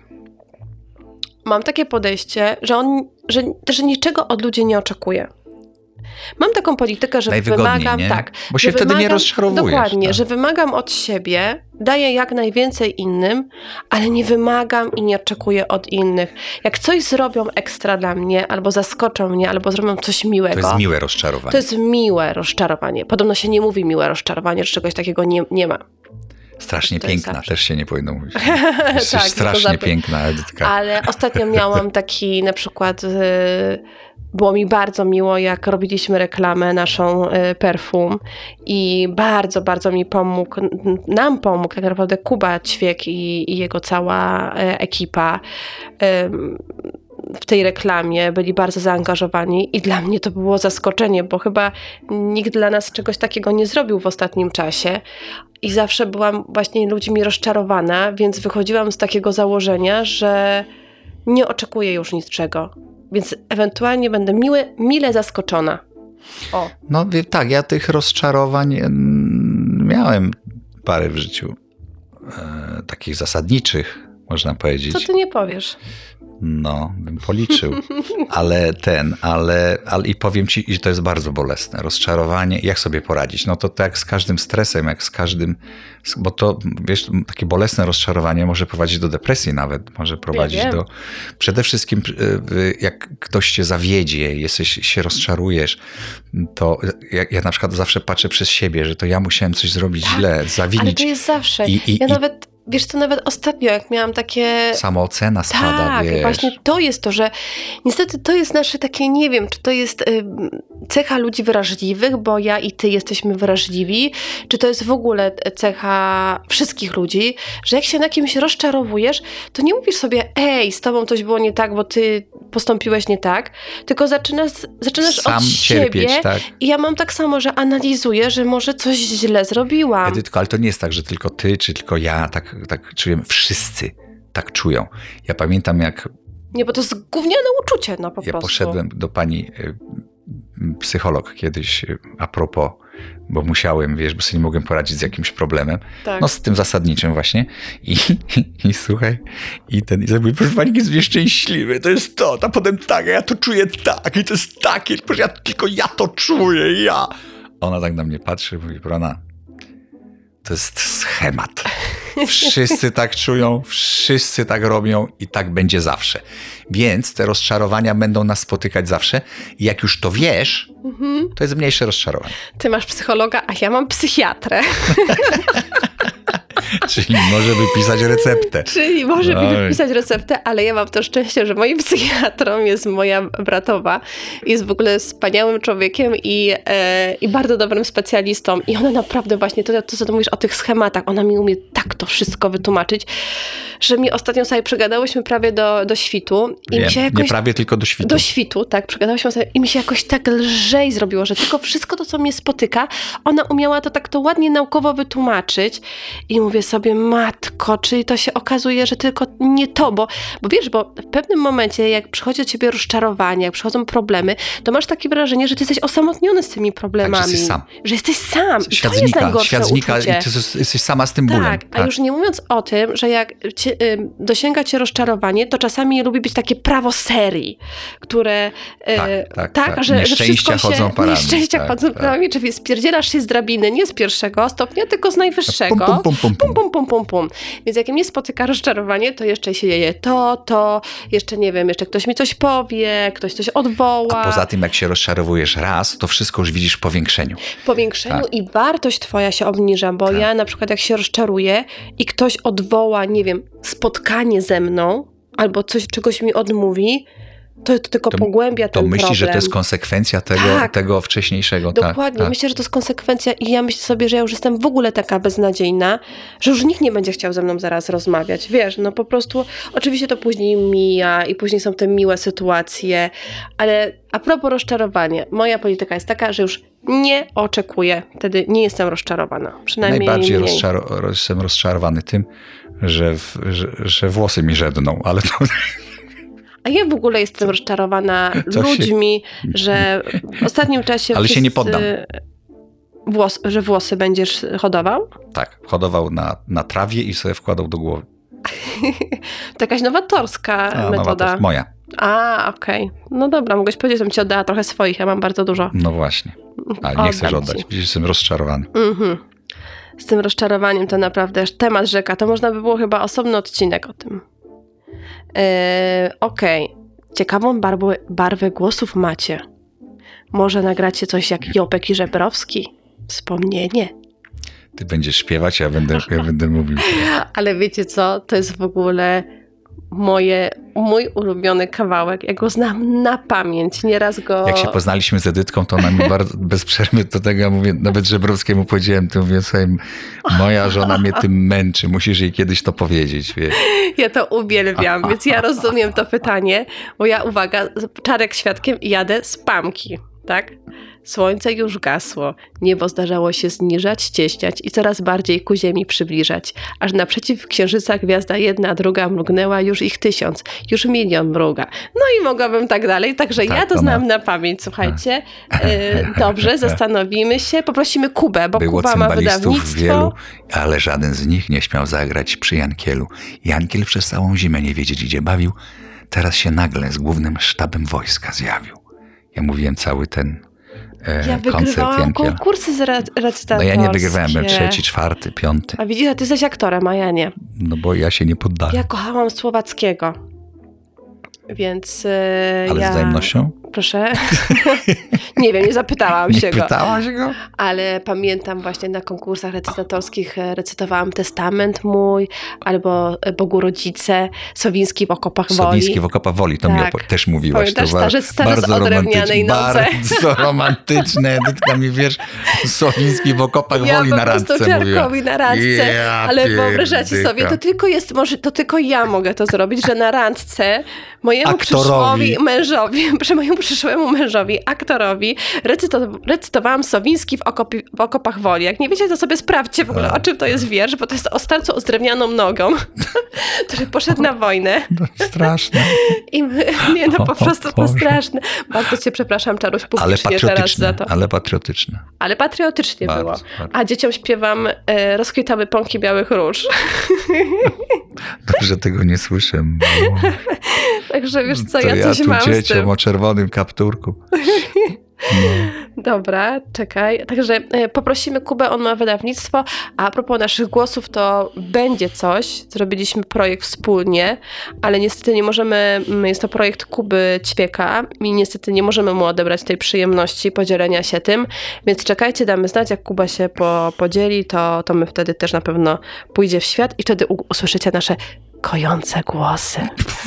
mam takie podejście, że, on, że, że niczego od ludzi nie oczekuję. Mam taką politykę, że wymagam, nie? tak, bo się wtedy wymagam, nie rozczarowujesz. Dokładnie, tak. że wymagam od siebie, daję jak najwięcej innym, ale nie wymagam i nie oczekuję od innych. Jak coś zrobią ekstra dla mnie, albo zaskoczą mnie, albo zrobią coś miłego. To jest miłe rozczarowanie. To jest miłe rozczarowanie. Podobno się nie mówi miłe rozczarowanie, że czegoś takiego nie, nie ma. Strasznie to piękna, też się nie powinno mówić. Jesteś tak, strasznie piękna, Edytka. Ale ostatnio miałam taki na przykład... Yy, Było mi bardzo miło, jak robiliśmy reklamę naszą y, perfum i bardzo, bardzo mi pomógł, nam pomógł tak naprawdę Kuba Ćwiek i, i jego cała y, ekipa y, w tej reklamie. Byli bardzo zaangażowani i dla mnie to było zaskoczenie, bo chyba nikt dla nas czegoś takiego nie zrobił w ostatnim czasie i zawsze byłam właśnie ludźmi rozczarowana, więc wychodziłam z takiego założenia, że nie oczekuję już niczego. Więc ewentualnie będę miły, mile zaskoczona. O. No tak, ja tych rozczarowań miałem parę w życiu. E, takich zasadniczych, można powiedzieć. Co ty nie powiesz? No, bym policzył. Ale ten, ale, ale i powiem ci, że to jest bardzo bolesne. Rozczarowanie, jak sobie poradzić? No to tak z każdym stresem, jak z każdym, bo to, wiesz, takie bolesne rozczarowanie może prowadzić do depresji nawet, może prowadzić ja do, przede wszystkim jak ktoś cię zawiedzie, jesteś, się rozczarujesz, to ja, ja na przykład zawsze patrzę przez siebie, że to ja musiałem coś zrobić tak, źle, zawinić. Ale to jest zawsze. I, i, ja i, nawet wiesz co, nawet ostatnio, jak miałam takie... Samoocena spada, tak, wiesz. właśnie to jest to, że niestety to jest nasze takie, nie wiem, czy to jest y, cecha ludzi wrażliwych, bo ja i ty jesteśmy wrażliwi, czy to jest w ogóle cecha wszystkich ludzi, że jak się na kimś rozczarowujesz, to nie mówisz sobie, ej, z tobą coś było nie tak, bo ty postąpiłeś nie tak, tylko zaczynasz, zaczynasz Sam od cierpieć, siebie tak. i ja mam tak samo, że analizuję, że może coś źle zrobiłam. Edytko, ale to nie jest tak, że tylko ty, czy tylko ja tak, tak czujemy. Wszyscy tak czują. Ja pamiętam, jak Nie, bo to jest gówniane uczucie, no po ja prostu. poszedłem do pani y, psycholog kiedyś y, a propos, bo musiałem, wiesz, bo sobie nie mogłem poradzić z jakimś problemem. Tak. No z tym zasadniczym właśnie. I, i, i słuchaj, i ten, i mówi, proszę pani, jest nieszczęśliwy, to jest to, a potem tak, a ja to czuję tak, i to jest takie, proszę, ja, tylko ja to czuję, ja. Ona tak na mnie patrzy i mówi, Brona, to jest schemat. Wszyscy tak czują, wszyscy tak robią i tak będzie zawsze. Więc te rozczarowania będą nas spotykać zawsze. I jak już to wiesz, Mhm. to jest mniejsze rozczarowanie. Ty masz psychologa, a ja mam psychiatrę. Czyli może wypisać receptę. Czyli może mi Oj. wypisać receptę, ale ja mam to szczęście, że moim psychiatrą jest moja bratowa. Jest w ogóle wspaniałym człowiekiem i, e, i bardzo dobrym specjalistą. I ona naprawdę właśnie, to, to co ty mówisz o tych schematach, ona mi umie tak to wszystko wytłumaczyć, że mi ostatnio sobie przegadałyśmy prawie do, do świtu. I Wiem, mi się jakoś... nie prawie tylko do świtu. Do świtu, tak, przegadałyśmy sobie i mi się jakoś tak lżej zrobiło, że tylko wszystko to, co mnie spotyka, ona umiała to tak to ładnie naukowo wytłumaczyć i mówię sobie, matko, czyli to się okazuje, że tylko nie to, bo, bo wiesz, bo w pewnym momencie, jak przychodzi do ciebie rozczarowanie, jak przychodzą problemy, to masz takie wrażenie, że ty jesteś osamotniony z tymi problemami. Tak, że jesteś sam. Że jesteś sam. I Świat to jest znika, najgorsze świat znika uczucie. i ty jesteś sama z tym bólem. Tak, a już nie mówiąc o tym, że jak cię, y, dosięga cię rozczarowanie, to czasami lubi być takie prawo serii, które y, Tak, tak, tak, tak. Że, że Nieszczęścia wszystko się... chodzą parami, Nieszczęścia tak, chodzą tak. parami, czyli spierdzielasz się z drabiny nie z pierwszego stopnia, tylko z najwyższego. Pum, pum, pum, pum, pum, pum. pum, pum, pum, pum. Więc jak mnie spotyka rozczarowanie, to jeszcze się dzieje to, to, jeszcze nie wiem, jeszcze ktoś mi coś powie, ktoś coś odwoła. A poza tym, jak się rozczarowujesz raz, to wszystko już widzisz w powiększeniu. W powiększeniu Tak. i wartość twoja się obniża, bo Tak. ja na przykład jak się rozczaruję i ktoś odwoła, nie wiem, spotkanie ze mną albo coś, czegoś mi odmówi, to, to tylko To- pogłębia To ten myślisz, problem. że to jest konsekwencja tego, Tak. tego wcześniejszego. Dokładnie. Tak, tak. Myślę, że to jest konsekwencja i ja myślę sobie, że ja już jestem w ogóle taka beznadziejna, że już nikt nie będzie chciał ze mną zaraz rozmawiać. Wiesz, no po prostu oczywiście to później mija i później są te miłe sytuacje, ale a propos rozczarowania, moja polityka jest taka, że już nie oczekuję. Wtedy nie jestem rozczarowana. Przynajmniej Najbardziej mniej. rozczaro- jestem rozczarowany tym, że, w, że, że włosy mi żedną, ale to A ja w ogóle jestem rozczarowana Co się- ludźmi, że w ostatnim czasie Ale się wszyscy... nie poddam. Włos, że włosy będziesz hodował? tak, hodował na, na trawie i sobie wkładał do głowy. To jakaś nowatorska A, metoda. nowa, to jest moja. A, okej. No dobra, mogłeś powiedzieć, żebym ci oddała trochę swoich, ja mam bardzo dużo. No właśnie. Ale nie Oddam chcesz ci. oddać. Widzisz, jestem rozczarowany. Mhm. Z tym rozczarowaniem to naprawdę aż temat rzeka. To można by było chyba osobny odcinek o tym. Eee, okej. Ciekawą barwę, barwę głosów macie. Może nagracie coś jak Jopek i Żebrowski? Wspomnienie. Ty będziesz śpiewać, a ja będę, ja będę mówił. Ale wiecie co? To jest w ogóle moje, mój ulubiony kawałek. Ja go znam na pamięć. Nieraz go... Jak się poznaliśmy z Edytką, to ona mi bardzo bez przerwy do tego, ja mówię, nawet Żebrowskiemu powiedziałem, to mówię, słuchaj, moja żona mnie tym męczy, musisz jej kiedyś to powiedzieć, wiesz. Ja to uwielbiam, więc ja rozumiem to pytanie, bo ja, uwaga, Czarek świadkiem i jadę z Pamki, tak? Słońce już gasło, niebo zdarzało się zniżać, cieśniać i coraz bardziej ku ziemi przybliżać. Aż naprzeciw księżyca gwiazda jedna, druga mrugnęła, już ich tysiąc, już milion mruga. No i mogłabym tak dalej, także Tak, ja to to znam na- na pamięć, słuchajcie. Yy, dobrze, zastanowimy się, poprosimy Kubę, bo Było Kuba ma cymbalistów wydawnictwo. wielu, ale żaden z nich nie śmiał zagrać przy Jankielu. Jankiel przez całą zimę nie wiedzieć, gdzie bawił. Teraz się nagle z głównym sztabem wojska zjawił. Ja mówiłem cały ten e, Ja koncert wygrywałam Jankiela. konkursy z re- No recytatorskie. ja nie wygrywałem, byłem trzeci, czwarty, piąty. A widzisz, a ty jesteś aktorem, a ja nie. No bo ja się nie poddałem. Ja kochałam Słowackiego. Więc yy, Ale ja... z wzajemnością? Proszę? Nie wiem, nie zapytałam Nie się go. pytałaś go? Ale pamiętam właśnie na konkursach recytatorskich recytowałam Testament mój, albo Bogu Rodzice, Sowiński w okopach Woli. Sowiński w okopach Woli, to Tak. mi też mówiłaś. Pamiętasz, to starzec, starzec bardzo o drewnianej romantyczne. nodze. Bardzo romantyczne, Edytka mi wiesz, Sowiński w okopach Ja Woli po na prostu randce mówiła. Czarkowi na randce, Ja ale wyobrażacie pierdyka. sobie, to tylko jest, może to tylko ja mogę to zrobić, że na randce mojemu Aktorowi. przyszłowi mężowi, że mojemu przyszłemu mężowi, aktorowi, recyto, recytowałam Sowiński w, okopi, w okopach Woli. Jak nie wiecie, to sobie sprawdźcie w ogóle, o czym to jest wiersz, bo to jest o starcu z drewnianą nogą, który poszedł na wojnę. No, straszne. I my, nie no, po O prostu to Boże. straszne. Bardzo cię przepraszam, Czaruś, Ale publicznie teraz za patriotyczne, to. ale patriotyczne. Ale patriotycznie Bardzo, było. bardzo. A dzieciom śpiewam e, Rozkwitały pąki białych róż. Dobrze tego nie słyszę. Bo... Także wiesz co, to ja coś tu mam z dzieciom tym. o czerwonym kapturku. No. Dobra, czekaj. Także e, poprosimy Kubę, on ma wydawnictwo, a a propos naszych głosów, to będzie coś. Zrobiliśmy projekt wspólnie, ale niestety nie możemy, mm, jest to projekt Kuby Ćwieka i niestety nie możemy mu odebrać tej przyjemności podzielenia się tym, więc czekajcie, damy znać, jak Kuba się po, podzieli, to, to my wtedy też na pewno pójdzie w świat i wtedy u, usłyszycie nasze kojące głosy.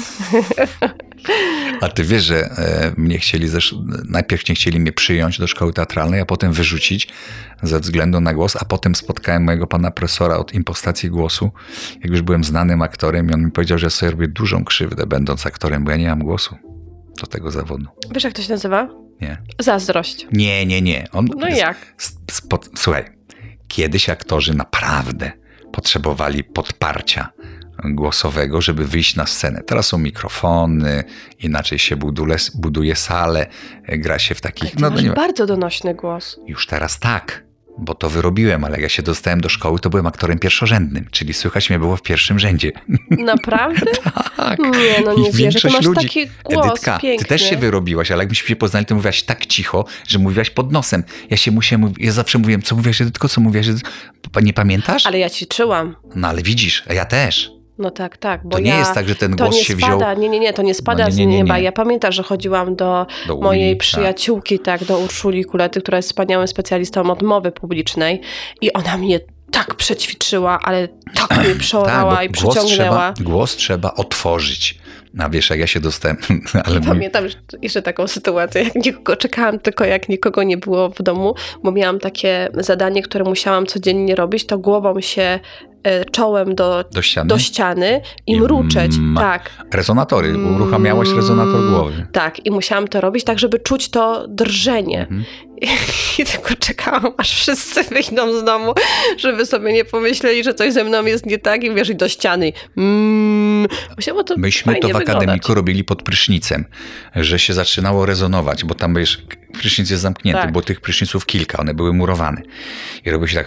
A ty wiesz, że e, mnie chcieli, zesz... najpierw nie chcieli mnie przyjąć do szkoły teatralnej, a potem wyrzucić ze względu na głos, a potem spotkałem mojego pana profesora od impostacji głosu, jak już byłem znanym aktorem i on mi powiedział, że ja sobie robię dużą krzywdę będąc aktorem, bo ja nie mam głosu do tego zawodu. Wiesz, jak to się nazywa? Nie. Zazdrość. Nie, nie, nie. On, No i jak? Spod... Słuchaj, kiedyś aktorzy naprawdę potrzebowali podparcia głosowego, żeby wyjść na scenę. Teraz są mikrofony, inaczej się buduje, buduje salę, gra się w takich... Ty No, masz nie, bardzo donośny głos. już teraz tak, bo to wyrobiłem, ale jak ja się dostałem do szkoły, to byłem aktorem pierwszorzędnym, czyli słychać mnie było w pierwszym rzędzie. Naprawdę? Tak. Nie, no nie I wierzę. Ty większość masz ludzi- taki głos Edytka, piękny. ty też się wyrobiłaś, ale jak myśmy się poznali, to mówiłaś tak cicho, że mówiłaś pod nosem. Ja się musiałem, mów- ja zawsze mówiłem, co mówiłaś, Edytko, co mówiłaś, Edytko? Nie pamiętasz? Ale ja ćwiczyłam. No ale widzisz, a ja też. No tak, tak. Bo To nie ja, jest tak, że ten to głos nie się spada, wziął... Nie, nie, nie, to nie spada No nie, z nie, nie, nieba. nie. Ja pamiętam, że chodziłam do, Do Uli, mojej tak. przyjaciółki, tak, do Urszuli Kulety, która jest wspaniałym specjalistą od mowy publicznej i ona mnie tak przećwiczyła, ale tak mnie przeorała Tak, i bo głos przeciągnęła. trzeba, głos trzeba otworzyć. A wiesz, jak ja się dostałem... ale mój, Pamiętam jeszcze taką sytuację, jak nikogo czekałam, tylko jak nikogo nie było w domu, bo miałam takie zadanie, które musiałam codziennie robić, to głową się e, czołem do, do ściany? do ściany i I mruczeć. ma- Tak. Rezonatory, uruchamiałaś rezonator głowy. Tak, i musiałam to robić tak, żeby czuć to drżenie. Mhm. I, I tylko czekałam, aż wszyscy wyjdą z domu, żeby sobie nie pomyśleli, że coś ze mną jest nie tak i wiesz, i do ściany. Mm. Musiało to Myśmy fajnie to w akademiku wyglądać. robili pod prysznicem, że się zaczynało rezonować, bo tam wiesz, prysznic jest zamknięty, Tak. było tych pryszniców kilka, one były murowane. I robiło się tak...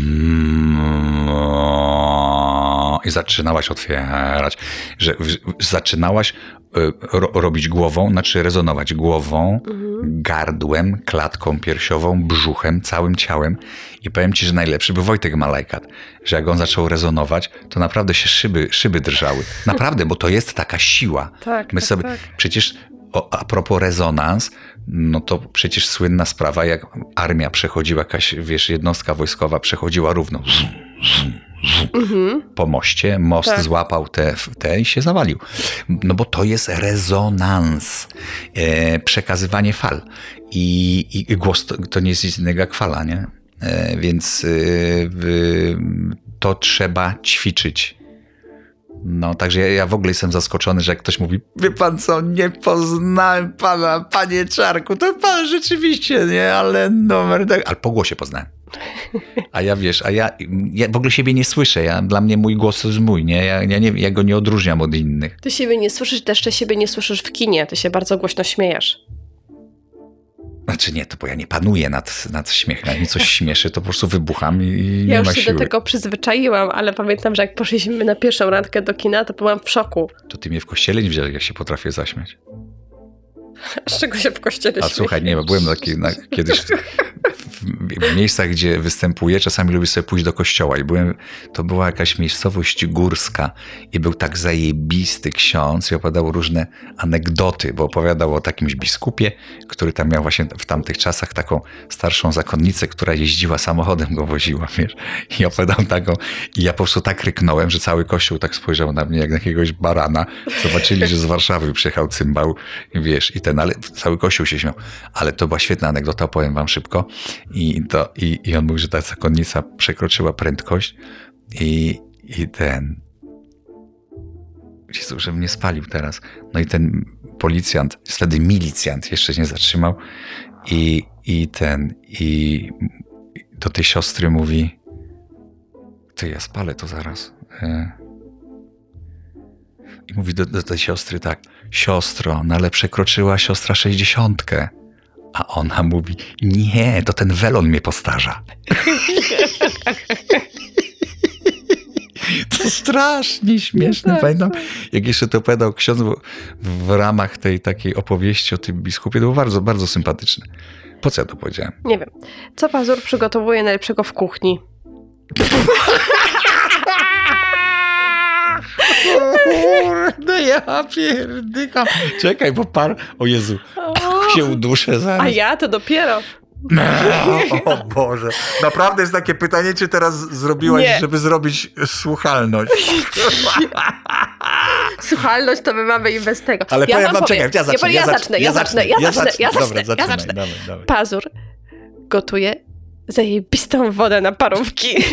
I zaczynałaś otwierać, że w- zaczynałaś y, ro, robić głową, znaczy rezonować głową, Mhm. gardłem, klatką piersiową, brzuchem, całym ciałem. I powiem ci, że najlepszy był Wojtek Malajkat, że jak on zaczął rezonować, to naprawdę się szyby, szyby drżały. Naprawdę, bo to jest taka siła. Tak, My tak, sobie, tak. przecież o, a propos rezonans, no to przecież słynna sprawa, jak armia przechodziła, jakaś, wiesz, jednostka wojskowa przechodziła równo Mhm. po moście, most Tak. złapał te, te i się zawalił. No bo to jest rezonans, e, przekazywanie fal. I, i głos to, to nie jest nic innego jak fala, nie? E, więc e, w, to trzeba ćwiczyć. No, także ja, ja w ogóle jestem zaskoczony, że jak ktoś mówi, wie pan co, nie poznałem pana, panie Czarku, to pan rzeczywiście, nie, ale numer tak, ale po głosie poznałem. A ja wiesz, a ja, ja w ogóle siebie nie słyszę, ja, dla mnie mój głos to jest mój, nie, ja, ja, nie, ja go nie odróżniam od innych. Ty siebie nie słyszysz, też jeszcze siebie nie słyszysz w kinie. Ty się bardzo głośno śmiejesz. Znaczy nie, to bo ja nie panuję nad, nad śmiechem, jak mi coś śmieszy, to po prostu wybucham i, i nie Ja ma już się siły. do tego przyzwyczaiłam, ale pamiętam, że jak poszliśmy na pierwszą randkę do kina, to byłam w szoku. To ty mnie w kościele nie widziałeś, jak się potrafię zaśmiać. Z czego się w kościele A śmiejesz? słuchaj, nie, bo byłem taki na, kiedyś w, w miejscach, gdzie występuję, czasami lubię sobie pójść do kościoła i byłem, to była jakaś miejscowość górska i był tak zajebisty ksiądz i opowiadał różne anegdoty, bo opowiadał o takimś biskupie, który tam miał właśnie w tamtych czasach taką starszą zakonnicę, która jeździła samochodem, go woziła, wiesz, i opowiadał taką i ja po prostu tak ryknąłem, że cały kościół tak spojrzał na mnie jak na jakiegoś barana. Zobaczyli, że z Warszawy przyjechał cymbał, wiesz, i ten, ale cały kościół się śmiał. Ale to była świetna anegdota, powiem wam szybko. I, to, i, i on mówił, że ta zakonnica przekroczyła prędkość i, i ten... Jezu, że mnie spalił teraz. No i ten policjant, wtedy milicjant jeszcze nie zatrzymał i, i ten, i do tej siostry mówi: ty, ja spalę to zaraz. I mówi do, do tej siostry tak: siostro, no ale przekroczyła siostra sześćdziesiątkę. A ona mówi: nie, to ten welon mnie postarza. To strasznie śmieszne. No tak, pamiętam, jak jeszcze to opowiadał ksiądz w ramach tej takiej opowieści o tym biskupie, to było bardzo, bardzo sympatyczne. Po co ja to powiedziałem? Nie wiem. Co Pazur przygotowuje najlepszego w kuchni? Kurde, ja pierdykam. Czekaj, bo par... O Jezu, się uduszę zaraz. A ja to dopiero. O Boże. Naprawdę jest takie pytanie, czy teraz zrobiłaś, nie, żeby zrobić słuchalność? Słuchalność to my mamy i bez tego. Ale ja powiem wam, powiem. czekaj, ja zacznę. Ja, ja, zacznę, ja zacznę, ja zacznę, ja zacznę, Dobra, ja zacznę. zaczynaj, Ja zacznę. dawaj, dawaj. Pazur gotuje zajebistą wodę na parówki.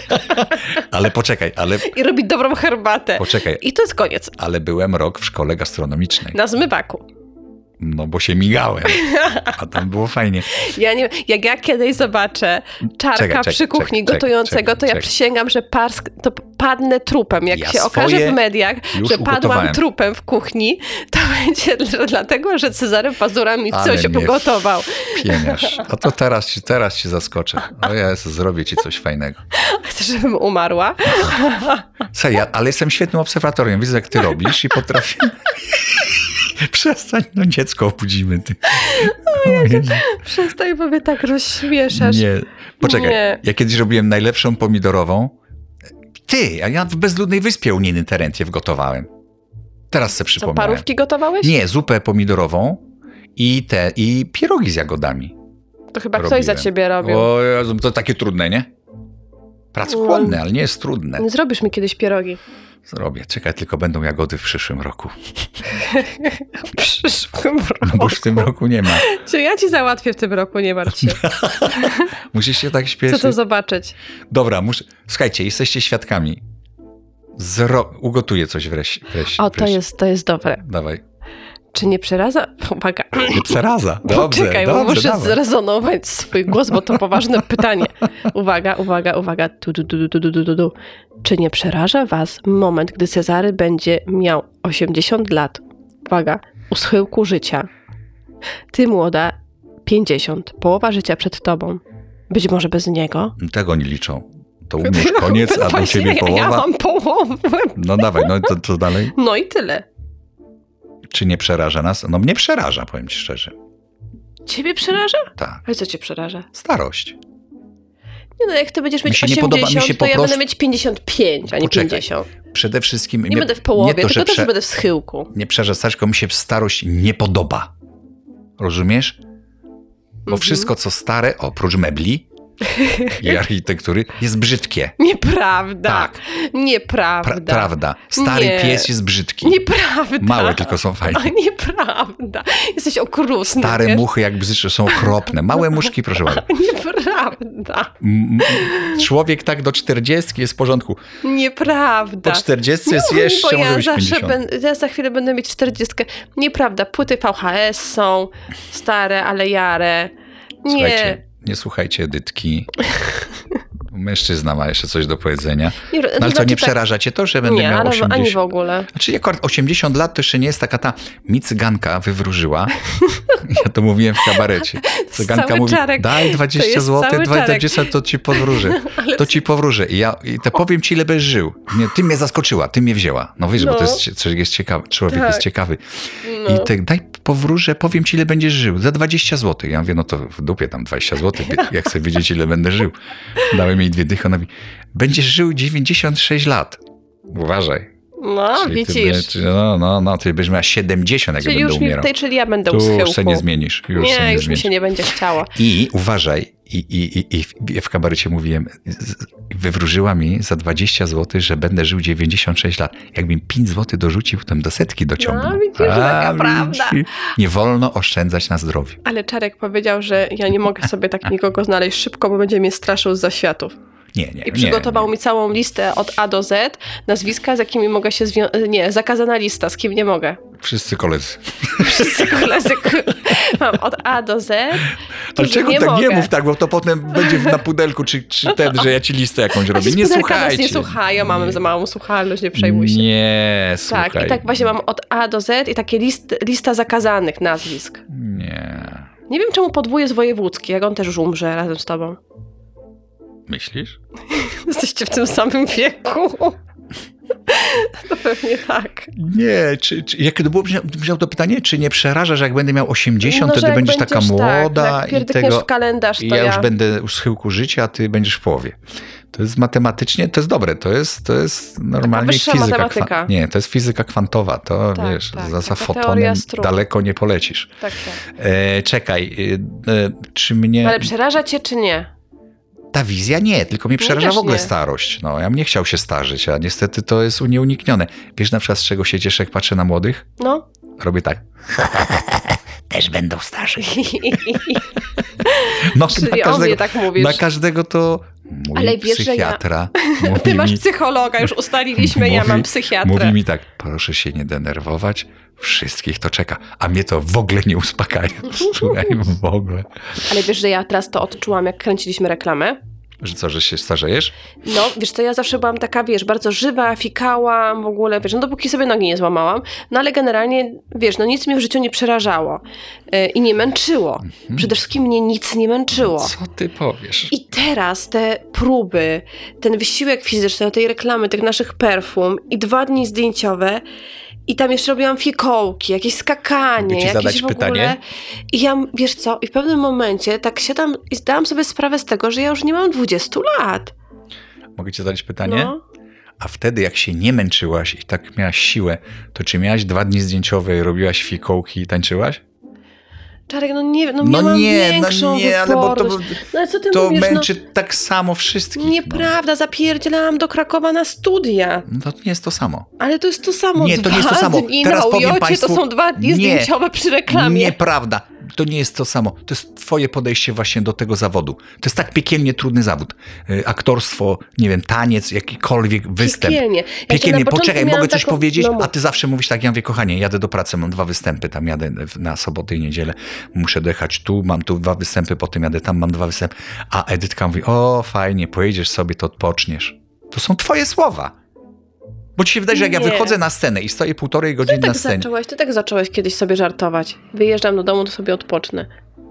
Ale poczekaj, ale... I robi dobrą herbatę. Poczekaj. I to jest koniec. Ale byłem rok w szkole gastronomicznej. Na zmywaku. No bo się migałem, a tam było fajnie. Ja nie, jak ja kiedyś zobaczę czarka czekaj, czekaj, przy kuchni czekaj, gotującego, czekaj, to ja czekaj. przysięgam, że parsk, to padnę trupem. Jak ja się okaże w mediach, że padłam trupem w kuchni, to będzie dlatego, że Cezary Pazura mi ale coś ugotował. Pieniasz. A to teraz ci, teraz ci zaskoczę. O ja zrobię ci coś fajnego. Chcesz, żebym umarła? Słuchaj, ja, ale jestem świetnym obserwatorem. Widzę, jak ty robisz i potrafię... Przestań, no dziecko obudzimy. Ty. O Jezu, przestań, bo mnie tak rozśmieszasz. Nie, poczekaj. Nie. Ja kiedyś robiłem najlepszą pomidorową. Ty, a ja w bezludnej wyspie Unijny Terentiew gotowałem. Teraz sobie przypomniałem. Co, parówki gotowałeś? Nie, zupę pomidorową i te, i pierogi z jagodami. To chyba robiłem. Ktoś za ciebie robił. O Jezu, to takie trudne, nie? Pracochłonne, no. Ale nie jest trudne. Nie zrobisz mi kiedyś pierogi. Zrobię. Czekaj, tylko będą jagody w przyszłym roku. W przyszłym roku? No bo już w tym roku nie ma. Czy ja ci załatwię w tym roku, nie martw się. Musisz się tak śpieszyć. Chcę to zobaczyć. Dobra, muszę... Słuchajcie, jesteście świadkami. Zro... Ugotuję coś wreszcie. wreszcie o, to wreszcie. jest, to jest dobre. Dawaj. Czy nie przeraza? Uwaga. Nie przeraza. Dobrze, Czekaj, dobrze, bo muszę dawaj. zrezonować swój głos, bo to poważne pytanie. Uwaga, uwaga, uwaga. Tu, tu, tu, tu, tu, tu, tu. Czy nie przeraża was moment, gdy Cezary będzie miał osiemdziesiąt lat? Uwaga, u schyłku życia. Ty młoda, pięćdziesiąt, połowa życia przed tobą. Być może bez niego. Tego nie liczą. To u mnie już koniec, a do ciebie połowa. Ja mam połowę. No dawaj, no to, to dalej. No i tyle. Czy nie przeraża nas? No mnie przeraża, powiem ci szczerze. Ciebie przeraża? Tak. Ale co cię przeraża? Starość. Nie no, jak ty będziesz mieć mi osiemdziesiąt, podoba, mi się to po ja prostu... będę mieć pięćdziesiąt pięć, a nie Poczekaj. pięćdziesiąt. Przede wszystkim... Nie mnie, będę w połowie, nie to, tylko też prze... będę w schyłku. Nie przeraża starość, tylko mi się starość nie podoba. Rozumiesz? Bo mm-hmm. wszystko, co stare, oprócz mebli i architektury, jest brzydkie. Nieprawda. Tak. Nieprawda. Pra- prawda. Stary nie. pies jest brzydki. Nieprawda. Małe tylko są fajne. O, nieprawda. Jesteś okrutny. Stare wiesz? muchy jak bzydsze są okropne. Małe muszki, proszę bardzo. Nieprawda. M- człowiek tak do czterdziestki jest w porządku. Nieprawda. Po czterdziestce jest no, jeszcze, bo może ja być zawsze pięćdziesiąt. ben, ja za chwilę będę mieć czterdziestkę. Nieprawda. Płyty V H S są stare, ale jare. Nie. Słuchajcie, nie słuchajcie Edytki. Mężczyzna ma jeszcze coś do powiedzenia. Nie, no ale znaczy co, nie tak, przeraża cię to, że będę nie, miał ale osiemdziesiąt? ani w ogóle. Znaczy akurat osiemdziesiąt lat to jeszcze nie jest taka ta mi cyganka wywróżyła. Ja to mówiłem w kabarecie. Cyganka mówi, daj dwadzieścia złotych, dwadzieścia to ci powróżę. Ale... To ci powróżę. I ja i to powiem ci, ile będziesz żył. Nie, ty mnie zaskoczyła, ty mnie wzięła. No wiesz, no. Bo to jest, człowiek jest ciekawy. Człowiek tak. jest ciekawy. No. I te, daj powróżę, powiem ci, ile będziesz żył. Za dwadzieścia złotych. Ja mówię, no to w dupie tam dwadzieścia złotych, jak chcę wiedzieć, ile będę żył. Dałem jej dwie dychy, ona mówi, będziesz żył dziewięćdziesiąt sześć lat. Uważaj. No, czyli widzisz. Ty, no, no, no, ty będziesz miała siedemdziesiąt, jak czyli będę już umierał. Mi, czyli ja będę tu u schyłku. Już się nie zmienisz. Już nie, nie już zmienisz. mi się nie będzie chciało. I uważaj, i, i, i, i w kabarecie mówiłem, wywróżyła mi za dwadzieścia złotych, że będę żył dziewięćdziesiąt sześć lat. Jakbym pięć złotych dorzucił, to do setki dociągnął. No, widzisz, że taka prawda. Nie wolno oszczędzać na zdrowiu. Ale Czarek powiedział, że ja nie mogę sobie tak nikogo znaleźć szybko, bo będzie mnie straszył z zaświatów. Nie, nie, I przygotował nie, nie. mi całą listę od A do Z, nazwiska, z jakimi mogę się związać. Nie, zakazana lista, z kim nie mogę. Wszyscy koledzy. Wszyscy koledzy. Mam od A do Z. Ale czego nie tak mogę. nie mów tak, bo to potem będzie na pudelku, czy, czy ten, że ja ci listę jakąś robię. Nie słuchajcie. Nie słuchają, mamy za małą słuchalność, nie przejmuj się. Nie, słuchaj. Tak, i tak właśnie mam od A do Z i takie list, lista zakazanych nazwisk. Nie. Nie wiem, czemu podwój jest wojewódzki, jak on też już umrze razem z tobą. Myślisz? Jesteście w tym samym wieku. To pewnie tak. Nie, czy, czy jak to było, brzmiało to pytanie, czy nie przeraża, że jak będę miał osiemdziesiąt, no, to ty będziesz, będziesz taka młoda tak, i tego w kalendarz, to i ja, ja już będę u schyłku życia, a ty będziesz w połowie. To jest matematycznie, to jest dobre, to jest, to jest normalnie fizyka. Kwa- nie, to jest fizyka kwantowa, to tak, wiesz, tak, za, za fotonem daleko nie polecisz. Tak, tak. E, czekaj, e, e, czy mnie... Ale przeraża cię, czy nie? Ta wizja nie, tylko mnie przeraża w ogóle nie. starość. No, ja bym nie chciał się starzyć, a niestety to jest nieuniknione. Wiesz na przykład, z czego się cieszę, jak patrzę na młodych? No. Robię tak. Też będą starzy. No, czyli na każdego, tak mówisz. Na każdego to mówi ale wiesz, psychiatra. Ja... Mówi Ty masz mi... psychologa, już ustaliliśmy, mówi, ja mam psychiatrę. Mówi mi tak, proszę się nie denerwować, wszystkich to czeka. A mnie to w ogóle nie uspokaja. Słuchaj, w ogóle. Ale wiesz, że ja teraz to odczułam, jak kręciliśmy reklamę? Że co, że się starzejesz? No, wiesz co, ja zawsze byłam taka, wiesz, bardzo żywa, fikałam w ogóle, wiesz, no dopóki sobie nogi nie złamałam, no ale generalnie, wiesz, no nic mnie w życiu nie przerażało yy, i nie męczyło. Mhm. Przede wszystkim mnie nic nie męczyło. Co ty powiesz? I teraz te próby, ten wysiłek fizyczny, tej reklamy, tych naszych perfum i dwa dni zdjęciowe i tam jeszcze robiłam fikołki, jakieś skakanie, jakieś zadać w ogóle. Pytanie? I ja, wiesz co, i w pewnym momencie tak siadam i zdałam sobie sprawę z tego, że ja już nie mam dwudziestu lat. Mogę ci zadać pytanie? No. A wtedy, jak się nie męczyłaś i tak miałaś siłę, to czy miałaś dwa dni zdjęciowe i robiłaś fikołki i tańczyłaś? Czarek, no nie, no, no mam nie, większą no nie, ale bo to, no, ale co ty to mówisz, męczy no, tak samo wszystkich. Nieprawda, no. zapierdzielałam do Krakowa na studia. No to nie jest to samo. Ale to jest to samo. Nie, to nie jest to samo. Dni Teraz na powiem Ujocie, państwu, to są dwa dni nie, zdjęciowe przy reklamie. Nieprawda. To nie jest to samo. To jest twoje podejście właśnie do tego zawodu. To jest tak piekielnie trudny zawód. Y, aktorstwo, nie wiem, taniec, jakikolwiek występ. Piekielnie. Piekielnie. Poczekaj, mogę coś taką... powiedzieć? No, a ty zawsze mówisz tak, ja mówię, kochanie, jadę do pracy, mam dwa występy, tam jadę na sobotę i niedzielę, muszę dojechać tu, mam tu dwa występy, potem jadę tam, mam dwa występy. A Edytka mówi, o fajnie, pojedziesz sobie, to odpoczniesz. To są twoje słowa. Bo ci się wydaje, że jak nie. ja wychodzę na scenę i stoję półtorej godziny ty tak na scenie. Zacząłeś, ty tak zacząłeś kiedyś sobie żartować. Wyjeżdżam do domu, to sobie odpocznę.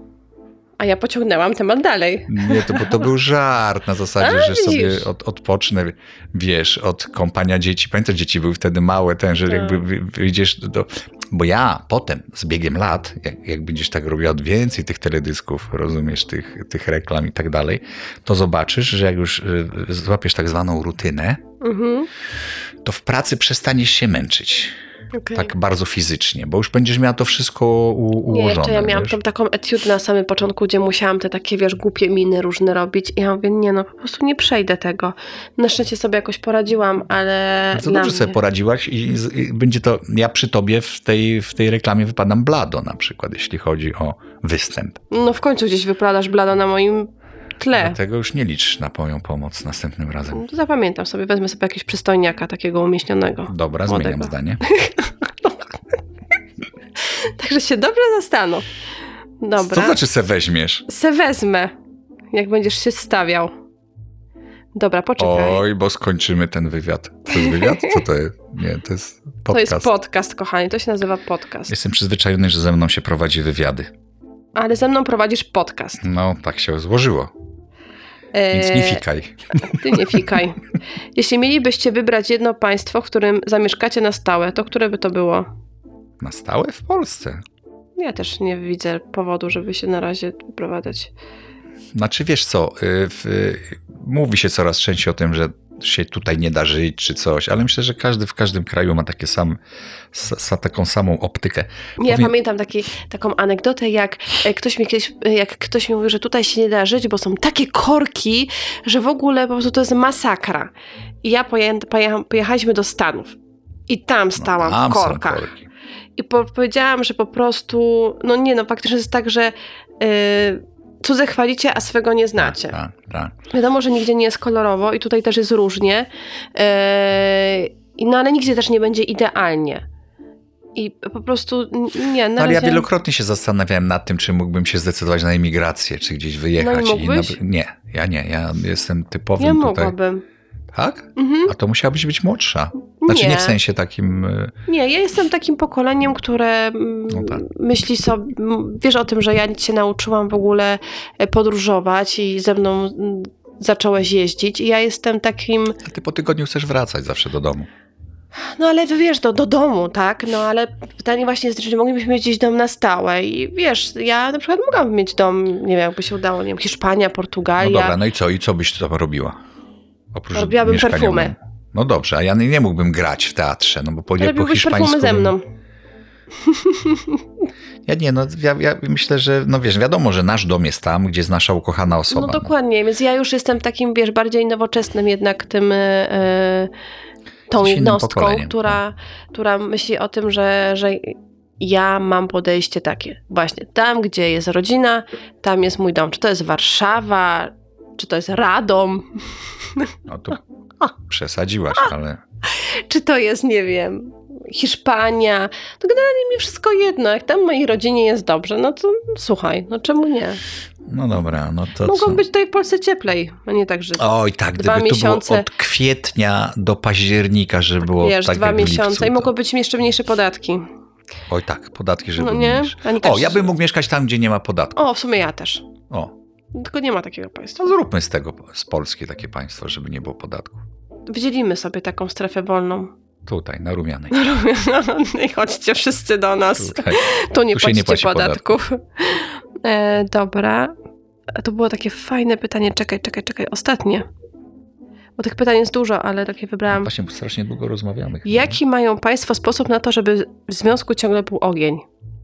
A ja pociągnęłam temat dalej. Nie, to, bo to był żart na zasadzie, A, że sobie od, odpocznę, wiesz, od kąpania dzieci. Pamiętasz, dzieci były wtedy małe, ten, że tak. jakby wyjdziesz do... Bo ja potem, z biegiem lat, jak, jak będziesz tak robiła więcej tych teledysków, rozumiesz, tych, tych reklam i tak dalej, to zobaczysz, że jak już złapiesz tak zwaną rutynę, mhm. to w pracy przestaniesz się męczyć. Okay. Tak bardzo fizycznie, bo już będziesz miała to wszystko u, ułożone. Nie, jeszcze ja miałam wiesz? tą taką etiudę na samym początku, gdzie musiałam te takie, wiesz, głupie miny różne robić i ja mówię, nie no, po prostu nie przejdę tego. Na szczęście sobie jakoś poradziłam, ale bardzo dobrze mnie. sobie poradziłaś i, i będzie to, ja przy tobie w tej, w tej reklamie wypadam blado na przykład, jeśli chodzi o występ. No w końcu gdzieś wypadasz blado na moim tle. Dlatego już nie licz na moją pomoc następnym razem. Zapamiętam sobie, wezmę sobie jakiegoś przystojniaka takiego umieśnionego. Dobra, młodego. Zmieniam zdanie. Także się dobrze zastanów. Dobra. Co znaczy se weźmiesz? Se wezmę, jak będziesz się stawiał. Dobra, poczekaj. Oj, bo skończymy ten wywiad. To jest wywiad? Co to jest? Nie, to jest podcast. To jest podcast, kochani, to się nazywa podcast. Jestem przyzwyczajony, że ze mną się prowadzi wywiady. Ale ze mną prowadzisz podcast. No, tak się złożyło. Więc nie fikaj. Ty nie fikaj. Jeśli mielibyście wybrać jedno państwo, w którym zamieszkacie na stałe, to które by to było? Na stałe w Polsce. Ja też nie widzę powodu, żeby się na razie wyprowadzać. Znaczy wiesz co, w, mówi się coraz częściej o tym, że się tutaj nie da żyć czy coś, ale myślę, że każdy w każdym kraju ma takie sam, sa, taką samą optykę. Ja Powie... pamiętam taki, taką anegdotę, jak ktoś mi kiedyś, jak ktoś mi mówił, że tutaj się nie da żyć, bo są takie korki, że w ogóle po prostu to jest masakra. I ja pojecha, pojecha, pojechaliśmy do Stanów i tam stałam no, tam w korkach. I po, powiedziałam, że po prostu, no nie no, faktycznie jest tak, że yy, cudze chwalicie, a swego nie znacie. Tak, tak, tak. Wiadomo, że nigdzie nie jest kolorowo i tutaj też jest różnie, yy, no ale nigdzie też nie będzie idealnie. I po prostu nie. Na no, ale razie... ja wielokrotnie się zastanawiałem nad tym, czy mógłbym się zdecydować na emigrację, czy gdzieś wyjechać. No i mógłbyś? I na... Nie, ja nie. Ja jestem typowym ja tutaj... mogłabym. Tak? Mhm. A to musiałabyś być młodsza. Znaczy nie, nie w sensie takim... Nie, ja jestem takim pokoleniem, które no tak. myśli sobie... Wiesz o tym, że ja się nauczyłam w ogóle podróżować i ze mną zacząłeś jeździć i ja jestem takim... A ty po tygodniu chcesz wracać zawsze do domu. No ale wiesz, do, do domu, tak? No ale pytanie właśnie jest, czy moglibyśmy mieć gdzieś dom na stałe i wiesz, ja na przykład mogłabym mieć dom, nie wiem, jakby się udało, nie wiem, Hiszpania, Portugalia. No dobra, no i co? I co byś tam robiła? Oprócz robiłabym perfumy. No dobrze, a ja nie, nie mógłbym grać w teatrze, no bo po, po hiszpańsku... perfumy ze mną. Ja nie, no ja, ja myślę, że, no wiesz, wiadomo, że nasz dom jest tam, gdzie jest nasza ukochana osoba. No dokładnie, no. Więc ja już jestem takim, wiesz, bardziej nowoczesnym jednak tym... Yy, tą jednostką, która, no. która myśli o tym, że, że ja mam podejście takie. Właśnie tam, gdzie jest rodzina, tam jest mój dom. Czy to jest Warszawa, czy to jest Radom. No tu przesadziłaś, ale... Czy to jest, nie wiem, Hiszpania. To generalnie mi wszystko jedno. Jak tam w mojej rodzinie jest dobrze, no to słuchaj, no czemu nie? No dobra, no to Mogło co? być tutaj w Polsce cieplej, a nie tak, że Oj, tak, dwa gdyby miesiące... to było od kwietnia do października, żeby było Wiesz, tak dwa jak miesiące w lipcu, i mogło to... być jeszcze mniejsze podatki. Oj tak, podatki, żeby no nie? O, ja bym mógł mieszkać tam, gdzie nie ma podatku. O, w sumie ja też. O. Tylko nie ma takiego państwa. No zróbmy z tego, z Polski takie państwo, żeby nie było podatku. Wydzielimy sobie taką strefę wolną. Tutaj, na Rumianej. Na Rumianej. Chodźcie wszyscy do nas. Tutaj. Tu nie tu płacicie nie płaci podatków. Podatku. E, dobra. To było takie fajne pytanie. Czekaj, czekaj, czekaj. Ostatnie. Bo tych pytań jest dużo, ale takie wybrałam. Właśnie strasznie długo rozmawiamy. Chyba. Jaki mają państwo sposób na to, żeby w związku ciągle był ogień?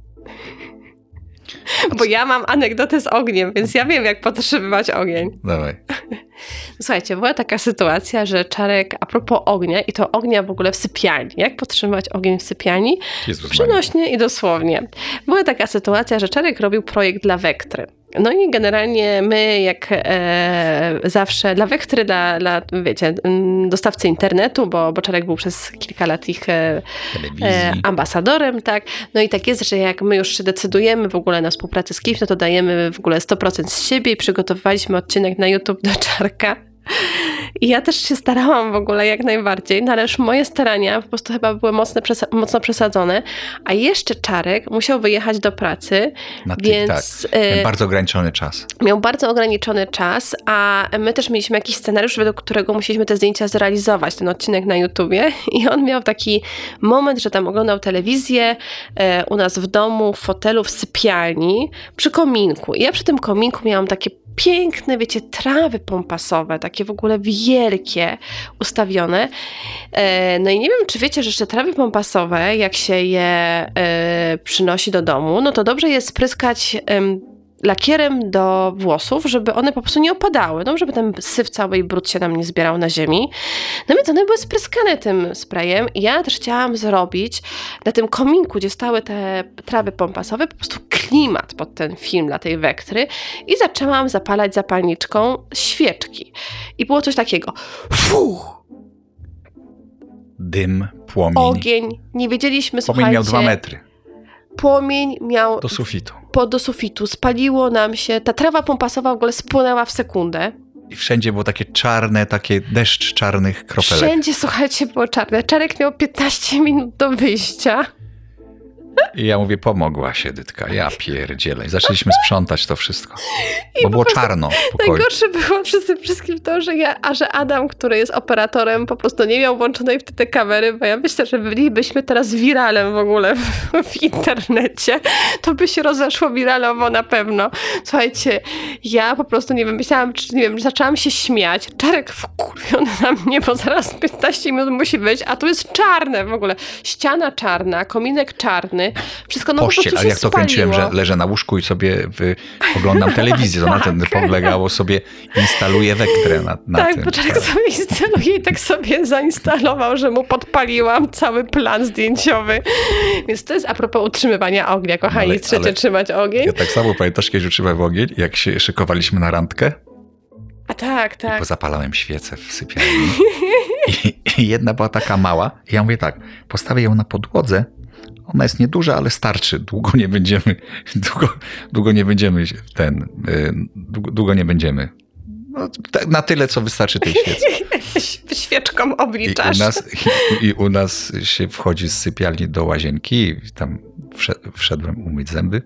Bo ja mam anegdotę z ogniem, więc ja wiem, jak podtrzymywać ogień. Dawaj. Słuchajcie, była taka sytuacja, że Czarek, a propos ognia, i to ognia w ogóle w sypialni, jak podtrzymywać ogień w sypialni? Przenośnie i dosłownie. Była taka sytuacja, że Czarek robił projekt dla Vectry. No i generalnie my, jak e, zawsze, dla Vectry, dla, dla, wiecie, dostawcy internetu, bo, bo Czarek był przez kilka lat ich e, e, ambasadorem, tak. No i tak jest, że jak my już się decydujemy w ogóle na współpracę z kimś, no to dajemy w ogóle sto procent z siebie i przygotowywaliśmy odcinek na YouTube do Czarka. I ja też się starałam w ogóle jak najbardziej, no ale już moje starania po prostu chyba były mocno, przesa- mocno przesadzone, a jeszcze Czarek musiał wyjechać do pracy, na ty, więc... Tak. Miał bardzo ograniczony czas. Miał bardzo ograniczony czas, a my też mieliśmy jakiś scenariusz, według którego musieliśmy te zdjęcia zrealizować, ten odcinek na YouTubie i on miał taki moment, że tam oglądał telewizję e, u nas w domu, w fotelu, w sypialni, przy kominku. I ja przy tym kominku miałam takie piękne, wiecie, trawy pompasowe, takie w ogóle wielkie, ustawione. No i nie wiem, czy wiecie, że jeszcze trawy pompasowe, jak się je przynosi do domu, no to dobrze jest spryskać lakierem do włosów, żeby one po prostu nie opadały, no żeby ten syf cały i brud się nam nie zbierał na ziemi. No więc one były spryskane tym sprayem i ja też chciałam zrobić na tym kominku, gdzie stały te trawy pompasowe, po prostu klimat pod ten film dla tej Vectry i zaczęłam zapalać zapalniczką świeczki. I było coś takiego. Fuh! Dym, płomień. Ogień. Nie wiedzieliśmy, płomień słuchajcie. Płomień miał dwa metry. Płomień miał... Do sufitu. Po, do sufitu. Spaliło nam się. Ta trawa pompasowa w ogóle spłonęła w sekundę. I wszędzie było takie czarne, takie deszcz czarnych kropelek. Wszędzie, słuchajcie, było czarne. Czarek miał piętnaście minut do wyjścia. I ja mówię, pomogła się Edytka, ja pierdzielę. I zaczęliśmy sprzątać to wszystko, bo było czarno w pokoju. Najgorsze było przy tym wszystkim to, że ja, a że Adam, który jest operatorem, po prostu nie miał włączonej wtedy kamery, bo ja myślę, że bylibyśmy teraz wiralem w ogóle w, w internecie. To by się rozeszło wiralowo na pewno. Słuchajcie, ja po prostu nie wiem, myślałam, czy nie wiem, zaczęłam się śmiać. Czarek wkurwiony na mnie, bo zaraz piętnaście minut musi być, a tu jest czarne w ogóle. Ściana czarna, kominek czarny. Wszystko no Pościel, po prostu ale się jak to spaliło. kręciłem, że leżę na łóżku i sobie w, oglądam telewizję, to na ten polegało sobie, instaluję Vectrę na, na tak, tym. poczekaj Tak, sobie instaluje i tak sobie zainstalował, że mu podpaliłam cały plan zdjęciowy. Więc to jest a propos utrzymywania ognia, kochani, ale, trzecie ale trzymać ogień. Ja tak samo pamiętasz, kiedyś utrzymałem ogień, jak się szykowaliśmy na randkę, A tak, tak. bo zapalałem świecę w sypialni i, i jedna była taka mała i ja mówię tak, postawię ją na podłodze, ona jest nieduża, ale starczy. Długo nie będziemy, długo, długo nie będziemy ten, długo, długo nie będziemy. No, na tyle, co wystarczy tej świecy. Świeczką obliczasz. I u, nas, i, I u nas się wchodzi z sypialni do łazienki i tam wszedłem umyć zęby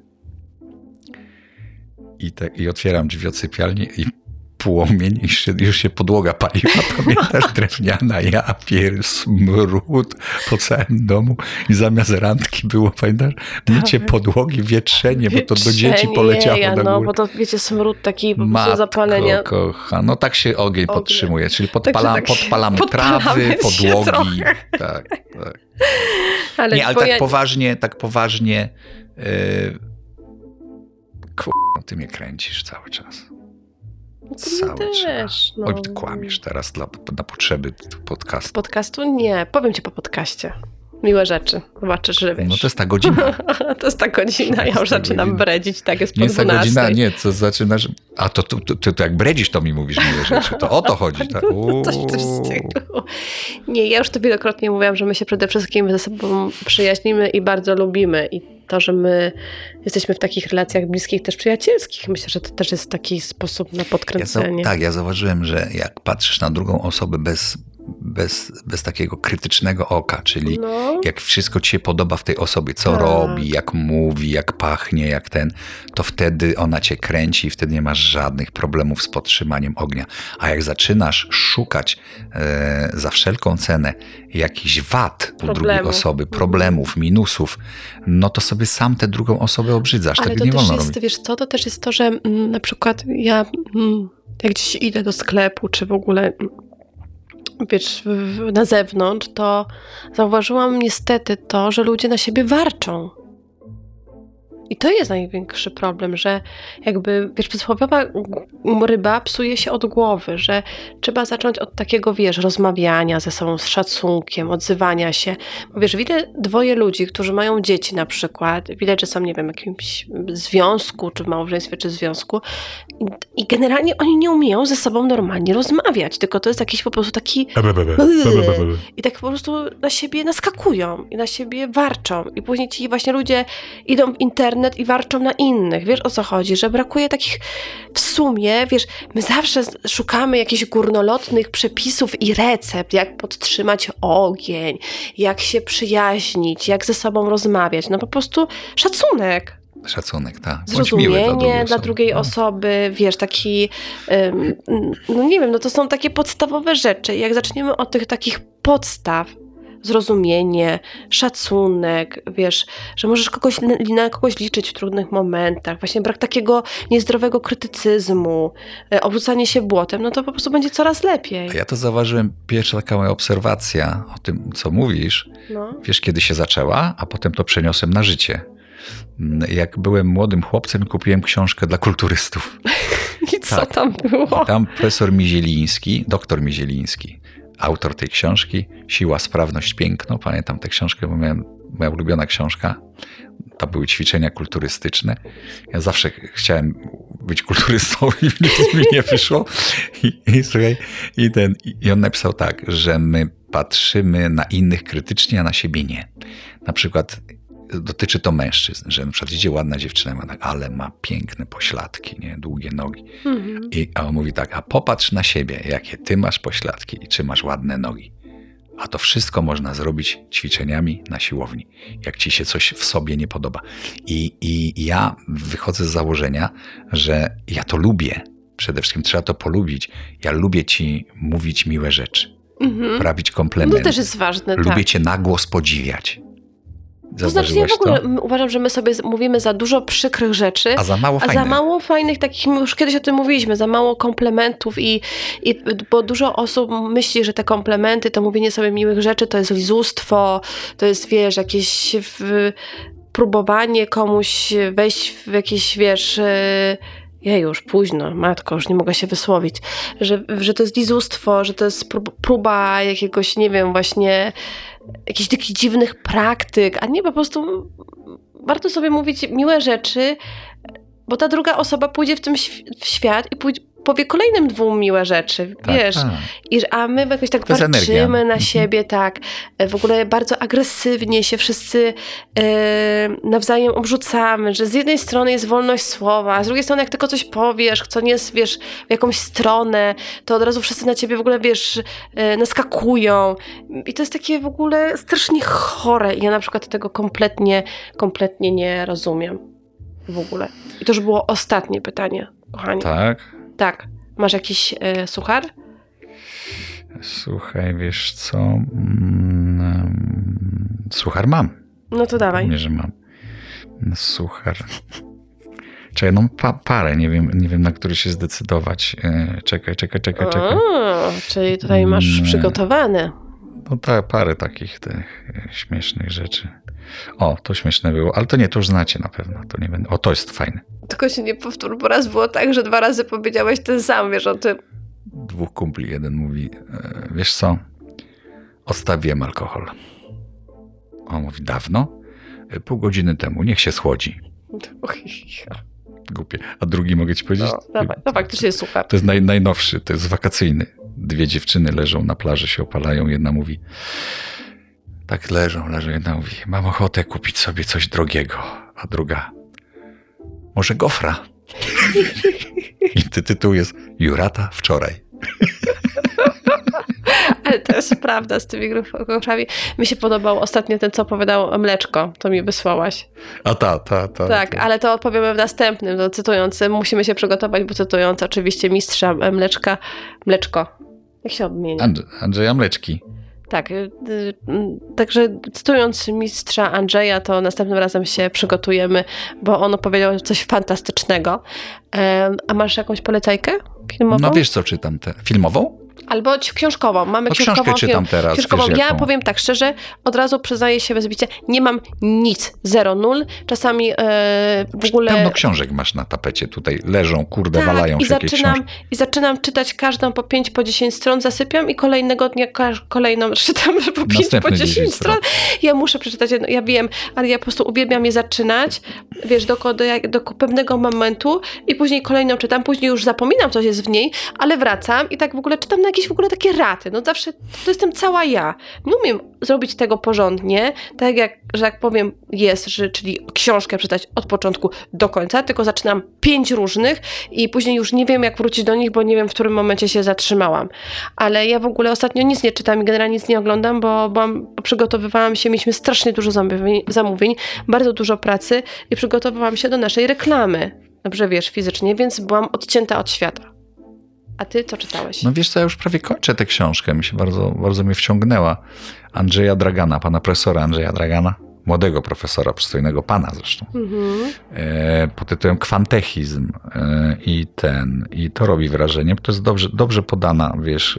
i, te, i otwieram drzwi od sypialni i płomień i się, już się podłoga paliła, pamiętasz, drewniana, ja pier, smród po całym domu i zamiast randki było, pamiętasz, mycie podłogi, wietrzenie, bo to do dzieci poleciało ja, na no, górę. bo to wiecie, smród taki po Matko prostu zapalenia. kocha, no tak się ogień Ogień. podtrzymuje, czyli podpala, tak podpalamy, podpalamy trawy, podłogi. trochę. Tak, tak. Ale Nie, ale bo tak ja... poważnie, tak poważnie, yy... Kur... ty mnie kręcisz cały czas. Cały też, czas. no. Oj, ty kłamiesz teraz dla, na potrzeby podcastu. Podcastu? Nie, powiem ci po podcaście. Miłe rzeczy. Zobaczysz, że wiesz. No to jest ta godzina. To jest ta godzina, ja już zaczynam godzina. bredzić, tak jest po Nie jest ta dwunastej. godzina, nie, co zaczynasz... A to, to, to, to, to jak bredzisz, to mi mówisz miłe rzeczy. To o to chodzi. Tak? Coś w tym stylu. Nie, ja już to wielokrotnie mówiłam, że my się przede wszystkim ze sobą przyjaźnimy i bardzo lubimy. I to, że my jesteśmy w takich relacjach bliskich, też przyjacielskich, myślę, że to też jest taki sposób na podkręcenie. Ja, tak, ja zauważyłem, że jak patrzysz na drugą osobę bez, bez, bez takiego krytycznego oka, czyli No. jak wszystko ci się podoba w tej osobie, co Tak. robi, jak mówi, jak pachnie, jak ten, to wtedy ona cię kręci i wtedy nie masz żadnych problemów z podtrzymaniem ognia. A jak zaczynasz szukać e, za wszelką cenę jakichś wad u drugiej Problemu. osoby, problemów, minusów, no to sobie sam tę drugą osobę obrzydzasz. Ale Tego to nie też wolno jest, robić. wiesz co, to też jest to, że mm, na przykład ja mm, jak gdzieś idę do sklepu, czy w ogóle wiesz, w, na zewnątrz, to zauważyłam niestety to, że ludzie na siebie warczą. I to jest największy problem, że jakby, wiesz, przysłowiowa ryba psuje się od głowy, że trzeba zacząć od takiego, wiesz, rozmawiania ze sobą z szacunkiem, odzywania się. Bo wiesz, widzę dwoje ludzi, którzy mają dzieci na przykład, widać, że są, nie wiem, w jakimś związku, czy w małżeństwie, czy w związku i, i generalnie oni nie umieją ze sobą normalnie rozmawiać, tylko to jest jakiś po prostu taki i tak po prostu na siebie naskakują i na siebie warczą i później ci właśnie ludzie idą w internet i warczą na innych. Wiesz, o co chodzi? Że brakuje takich w sumie, wiesz, my zawsze szukamy jakichś górnolotnych przepisów i recept, jak podtrzymać ogień, jak się przyjaźnić, jak ze sobą rozmawiać. No po prostu szacunek. Szacunek, tak. Bądź miły dla drugiej Zrozumienie dla osoby. drugiej No. osoby, wiesz, taki, ym, no nie wiem, no to są takie podstawowe rzeczy. Jak zaczniemy od tych takich podstaw, zrozumienie, szacunek, wiesz, że możesz kogoś, na kogoś liczyć w trudnych momentach, właśnie brak takiego niezdrowego krytycyzmu, e, obrzucanie się błotem, no to po prostu będzie coraz lepiej. A ja to zauważyłem, pierwsza taka moja obserwacja o tym, co mówisz, No. wiesz, kiedy się zaczęła, a potem to przeniosłem na życie. Jak byłem młodym chłopcem, kupiłem książkę dla kulturystów. I co Tak. tam było? I tam profesor Mizieliński, doktor Mizieliński, autor tej książki, Siła, sprawność, piękno. Pamiętam tę książkę, bo miałem, moja ulubiona książka. To były ćwiczenia kulturystyczne. Ja zawsze chciałem być kulturystą i nic mi nie wyszło. I, i, słuchaj, i, ten, I on napisał tak, że my patrzymy na innych krytycznie, a na siebie nie. Na przykład dotyczy to mężczyzn, że na przykład idzie ładna dziewczyna, ma tak, ale ma piękne pośladki, nie, długie nogi. Mhm. I, a on mówi tak, a popatrz na siebie, jakie ty masz pośladki i czy masz ładne nogi. A to wszystko można zrobić ćwiczeniami na siłowni, jak ci się coś w sobie nie podoba. I, i ja wychodzę z założenia, że ja to lubię. Przede wszystkim trzeba to polubić. Ja lubię ci mówić miłe rzeczy, mhm. prawić komplementy. To też jest ważne, Lubię tak. cię nagłos podziwiać. To znaczy ja w ogóle to? uważam, że my sobie mówimy za dużo przykrych rzeczy, a za mało a fajnych. za mało fajnych takich, już kiedyś o tym mówiliśmy, za mało komplementów i, i bo dużo osób myśli, że te komplementy, to mówienie sobie miłych rzeczy to jest lizustwo, to jest, wiesz, jakieś w, próbowanie komuś wejść w jakieś, wiesz... Ja już późno, matko, już nie mogę się wysłowić, że, że to jest lizustwo, że to jest próba jakiegoś, nie wiem, właśnie jakichś takich dziwnych praktyk, a nie po prostu warto sobie mówić miłe rzeczy, bo ta druga osoba pójdzie w tym w świat i pójdzie, powie kolejnym dwóm miłe rzeczy, tak, wiesz, tak. I, a my jakoś tak to warczymy na siebie, tak, w ogóle bardzo agresywnie się wszyscy e, nawzajem obrzucamy, że z jednej strony jest wolność słowa, a z drugiej strony jak tylko coś powiesz, co nie jest, wiesz, w jakąś stronę, to od razu wszyscy na ciebie w ogóle, wiesz, e, naskakują i to jest takie w ogóle strasznie chore i ja na przykład tego kompletnie, kompletnie nie rozumiem w ogóle. I to już było ostatnie pytanie, kochani. Tak? Tak. Masz jakiś e, suchar? Słuchaj, wiesz co? Mm, suchar mam. No to dawaj. Nie, że mam. Suchar. Czekaj, no pa, parę, nie wiem, nie wiem na który się zdecydować. E, czekaj, czekaj, czekaj, czekaj. O, czyli tutaj masz mm, przygotowane. No tak, parę takich tych śmiesznych rzeczy. O, to śmieszne było, ale to nie, to już znacie na pewno. To nie będę. O, to jest fajne. Tylko się nie powtórz, bo raz było tak, że dwa razy powiedziałeś ten sam, wiesz o tym. Dwóch kumpli, jeden mówi, e, wiesz co, odstawiłem alkohol. On mówi, dawno? E, pół godziny temu, niech się schłodzi. Głupie. A drugi mogę ci powiedzieć? No, dawaj, no faktycznie jest suchar. To jest naj, najnowszy, to jest wakacyjny. Dwie dziewczyny leżą na plaży, się opalają. Jedna mówi, tak leżą, leżą. Jedna mówi, mam ochotę kupić sobie coś drogiego. A druga, może gofra? I ty, tytuł jest Jurata wczoraj. Ale to jest prawda z tymi goframi. Mi się podobał ostatnio ten, co opowiadał Mleczko. To mi wysłałaś. A ta, ta, ta. Tak, ta. ale to odpowiemy w następnym. To cytujący, musimy się przygotować, bo cytując oczywiście mistrza Mleczka. Mleczko. Jak się odmienia? And- Andrzeja Mleczki. Tak, y, y, także cytując mistrza Andrzeja, to następnym razem się przygotujemy, bo on opowiedział coś fantastycznego. Um, a masz jakąś polecajkę filmową? No wiesz co czytam, te, filmową? Albo książkową. Mamy No, książkową. książkę czytam teraz. Książkową. Wiesz, ja jaką? powiem tak szczerze, od razu przyznaję się bez bicia, nie mam nic, zero, nul. Czasami e, w ogóle... Pełno książek masz na tapecie, tutaj leżą, kurde, tak, walają i się jakieś zaczynam, książki. I zaczynam czytać każdą po pięć, po dziesięć stron, zasypiam i kolejnego dnia każ, kolejną czytam po pięć, po dziesięć stron. Ja muszę przeczytać jedno, ja wiem, ale ja po prostu uwielbiam je zaczynać, wiesz, do, do, do pewnego momentu i później kolejną czytam, później już zapominam, co jest w niej, ale wracam i tak w ogóle czytam na jakieś w ogóle takie raty. No zawsze to jestem cała ja. Nie umiem zrobić tego porządnie, tak jak, że jak powiem jest, że, czyli książkę czytać od początku do końca, tylko zaczynam pięć różnych i później już nie wiem, jak wrócić do nich, bo nie wiem, w którym momencie się zatrzymałam. Ale ja w ogóle ostatnio nic nie czytam i generalnie nic nie oglądam, bo, bo przygotowywałam się, mieliśmy strasznie dużo zamówień, zamówień, bardzo dużo pracy i przygotowywałam się do naszej reklamy. Dobrze wiesz, fizycznie, więc byłam odcięta od świata. A ty co czytałeś? No wiesz co, ja już prawie kończę tę książkę. Mi się bardzo, bardzo mnie wciągnęła. Andrzeja Dragana, pana profesora Andrzeja Dragana. Młodego profesora, przystojnego pana zresztą. Mhm. E, pod tytułem Kwantechizm. E, I ten, i to robi wrażenie. To jest dobrze, dobrze podana, wiesz...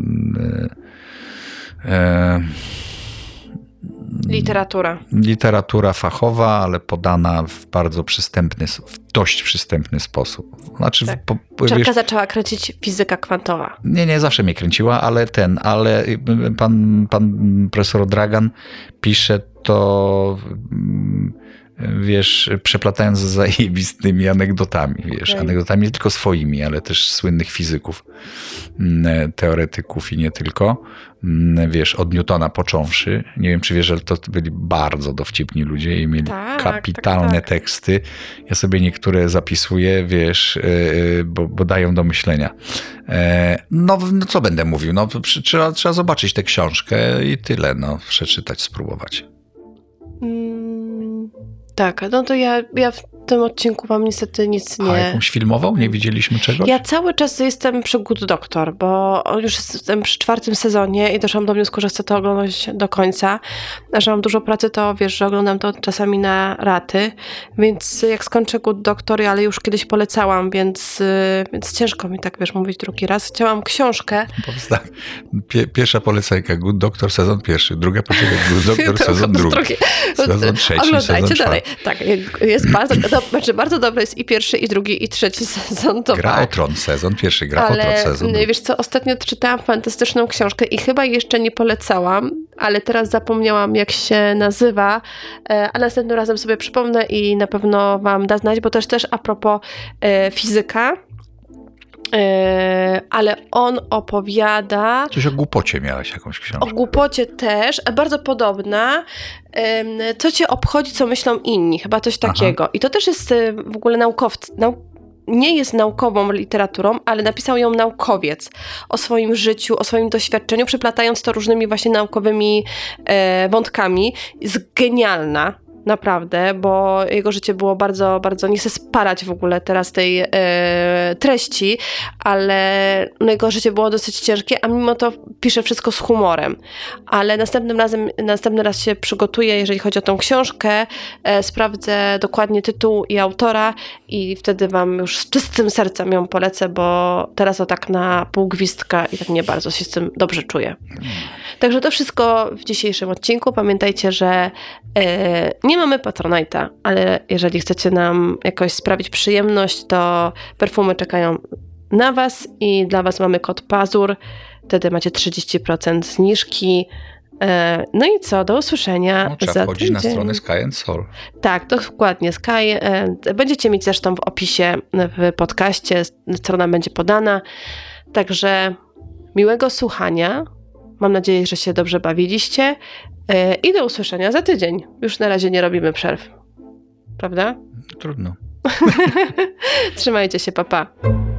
E, e, Literatura. Literatura fachowa, ale podana w bardzo przystępny, w dość przystępny sposób. Znaczy, tak. po, po, Czarka wiesz, zaczęła kręcić fizyka kwantowa. Nie, nie, zawsze mnie kręciła, ale ten, ale pan, pan profesor Dragan pisze to wiesz, przeplatając z zajebistými anegdotami, wiesz, okay. anegdotami nie tylko swoimi, ale też słynnych fizyków, teoretyków i nie tylko. Wiesz, od Newtona począwszy. Nie wiem, czy wiesz, ale to byli bardzo dowcipni ludzie i mieli tak, kapitalne tak, tak. teksty. Ja sobie niektóre zapisuję, wiesz, bo, bo dają do myślenia. No, no co będę mówił? No, trzeba, trzeba zobaczyć tę książkę i tyle. No, przeczytać, spróbować. Mm, tak, no to ja, ja w tym odcinku wam niestety nic nie... A jakąś filmową? Nie widzieliśmy czegoś? Ja cały czas jestem przy Good Doctor, bo już jestem przy czwartym sezonie i doszłam do wniosku, że chcę to oglądać do końca. A że mam dużo pracy, to wiesz, że oglądam to czasami na raty, więc jak skończę Good Doctor, ale już kiedyś polecałam, więc, więc ciężko mi tak, wiesz, mówić drugi raz. Chciałam książkę. Powiedz tak, Pie- pierwsza polecajka, Good Doctor sezon pierwszy, druga poczekaj, Good Doctor sezon drugi, sezon trzeci, oglądajcie sezon dalej. czwarty. Tak, jest bardzo, do, znaczy bardzo dobre jest i pierwszy, i drugi, i trzeci sezon. To Gra tak. o Tron sezon pierwszy, Gra ale, o Tron sezon drugi. Wiesz co, ostatnio czytałam fantastyczną książkę i chyba jeszcze nie polecałam, ale teraz zapomniałam, jak się nazywa, a następnym razem sobie przypomnę i na pewno wam da znać, bo też też a propos e, fizyka, e, ale on opowiada... Coś o głupocie miałaś jakąś książkę. O głupocie też, bardzo podobna. Co cię obchodzi, co myślą inni? Chyba coś takiego. Aha. I to też jest w ogóle naukowcy. Nau- nie jest naukową literaturą, ale napisał ją naukowiec o swoim życiu, o swoim doświadczeniu, przeplatając to różnymi właśnie naukowymi e, wątkami. Jest genialna. Naprawdę, bo jego życie było bardzo, bardzo, nie chcę sparać w ogóle teraz tej e, treści, ale no, jego życie było dosyć ciężkie, a mimo to pisze wszystko z humorem. Ale następnym razem, następny raz się przygotuję, jeżeli chodzi o tą książkę, e, sprawdzę dokładnie tytuł i autora i wtedy wam już z czystym sercem ją polecę, bo teraz o tak na pół gwizdka i tak nie bardzo się z tym dobrze czuję. Także to wszystko w dzisiejszym odcinku. Pamiętajcie, że e, nie mamy Patronite'a, ale jeżeli chcecie nam jakoś sprawić przyjemność, to perfumy czekają na was i dla was mamy kod PAZUR. Wtedy macie trzydzieści procent zniżki. E, no i co? Do usłyszenia no, trzeba za wchodzić tydzień. na stronę Sky and Soul. Tak, dokładnie. Sky. E, będziecie mieć zresztą w opisie w podcaście. Strona będzie podana. Także miłego słuchania. Mam nadzieję, że się dobrze bawiliście i do usłyszenia za tydzień. Już na razie nie robimy przerw. Prawda? Trudno. Trzymajcie się, pa pa.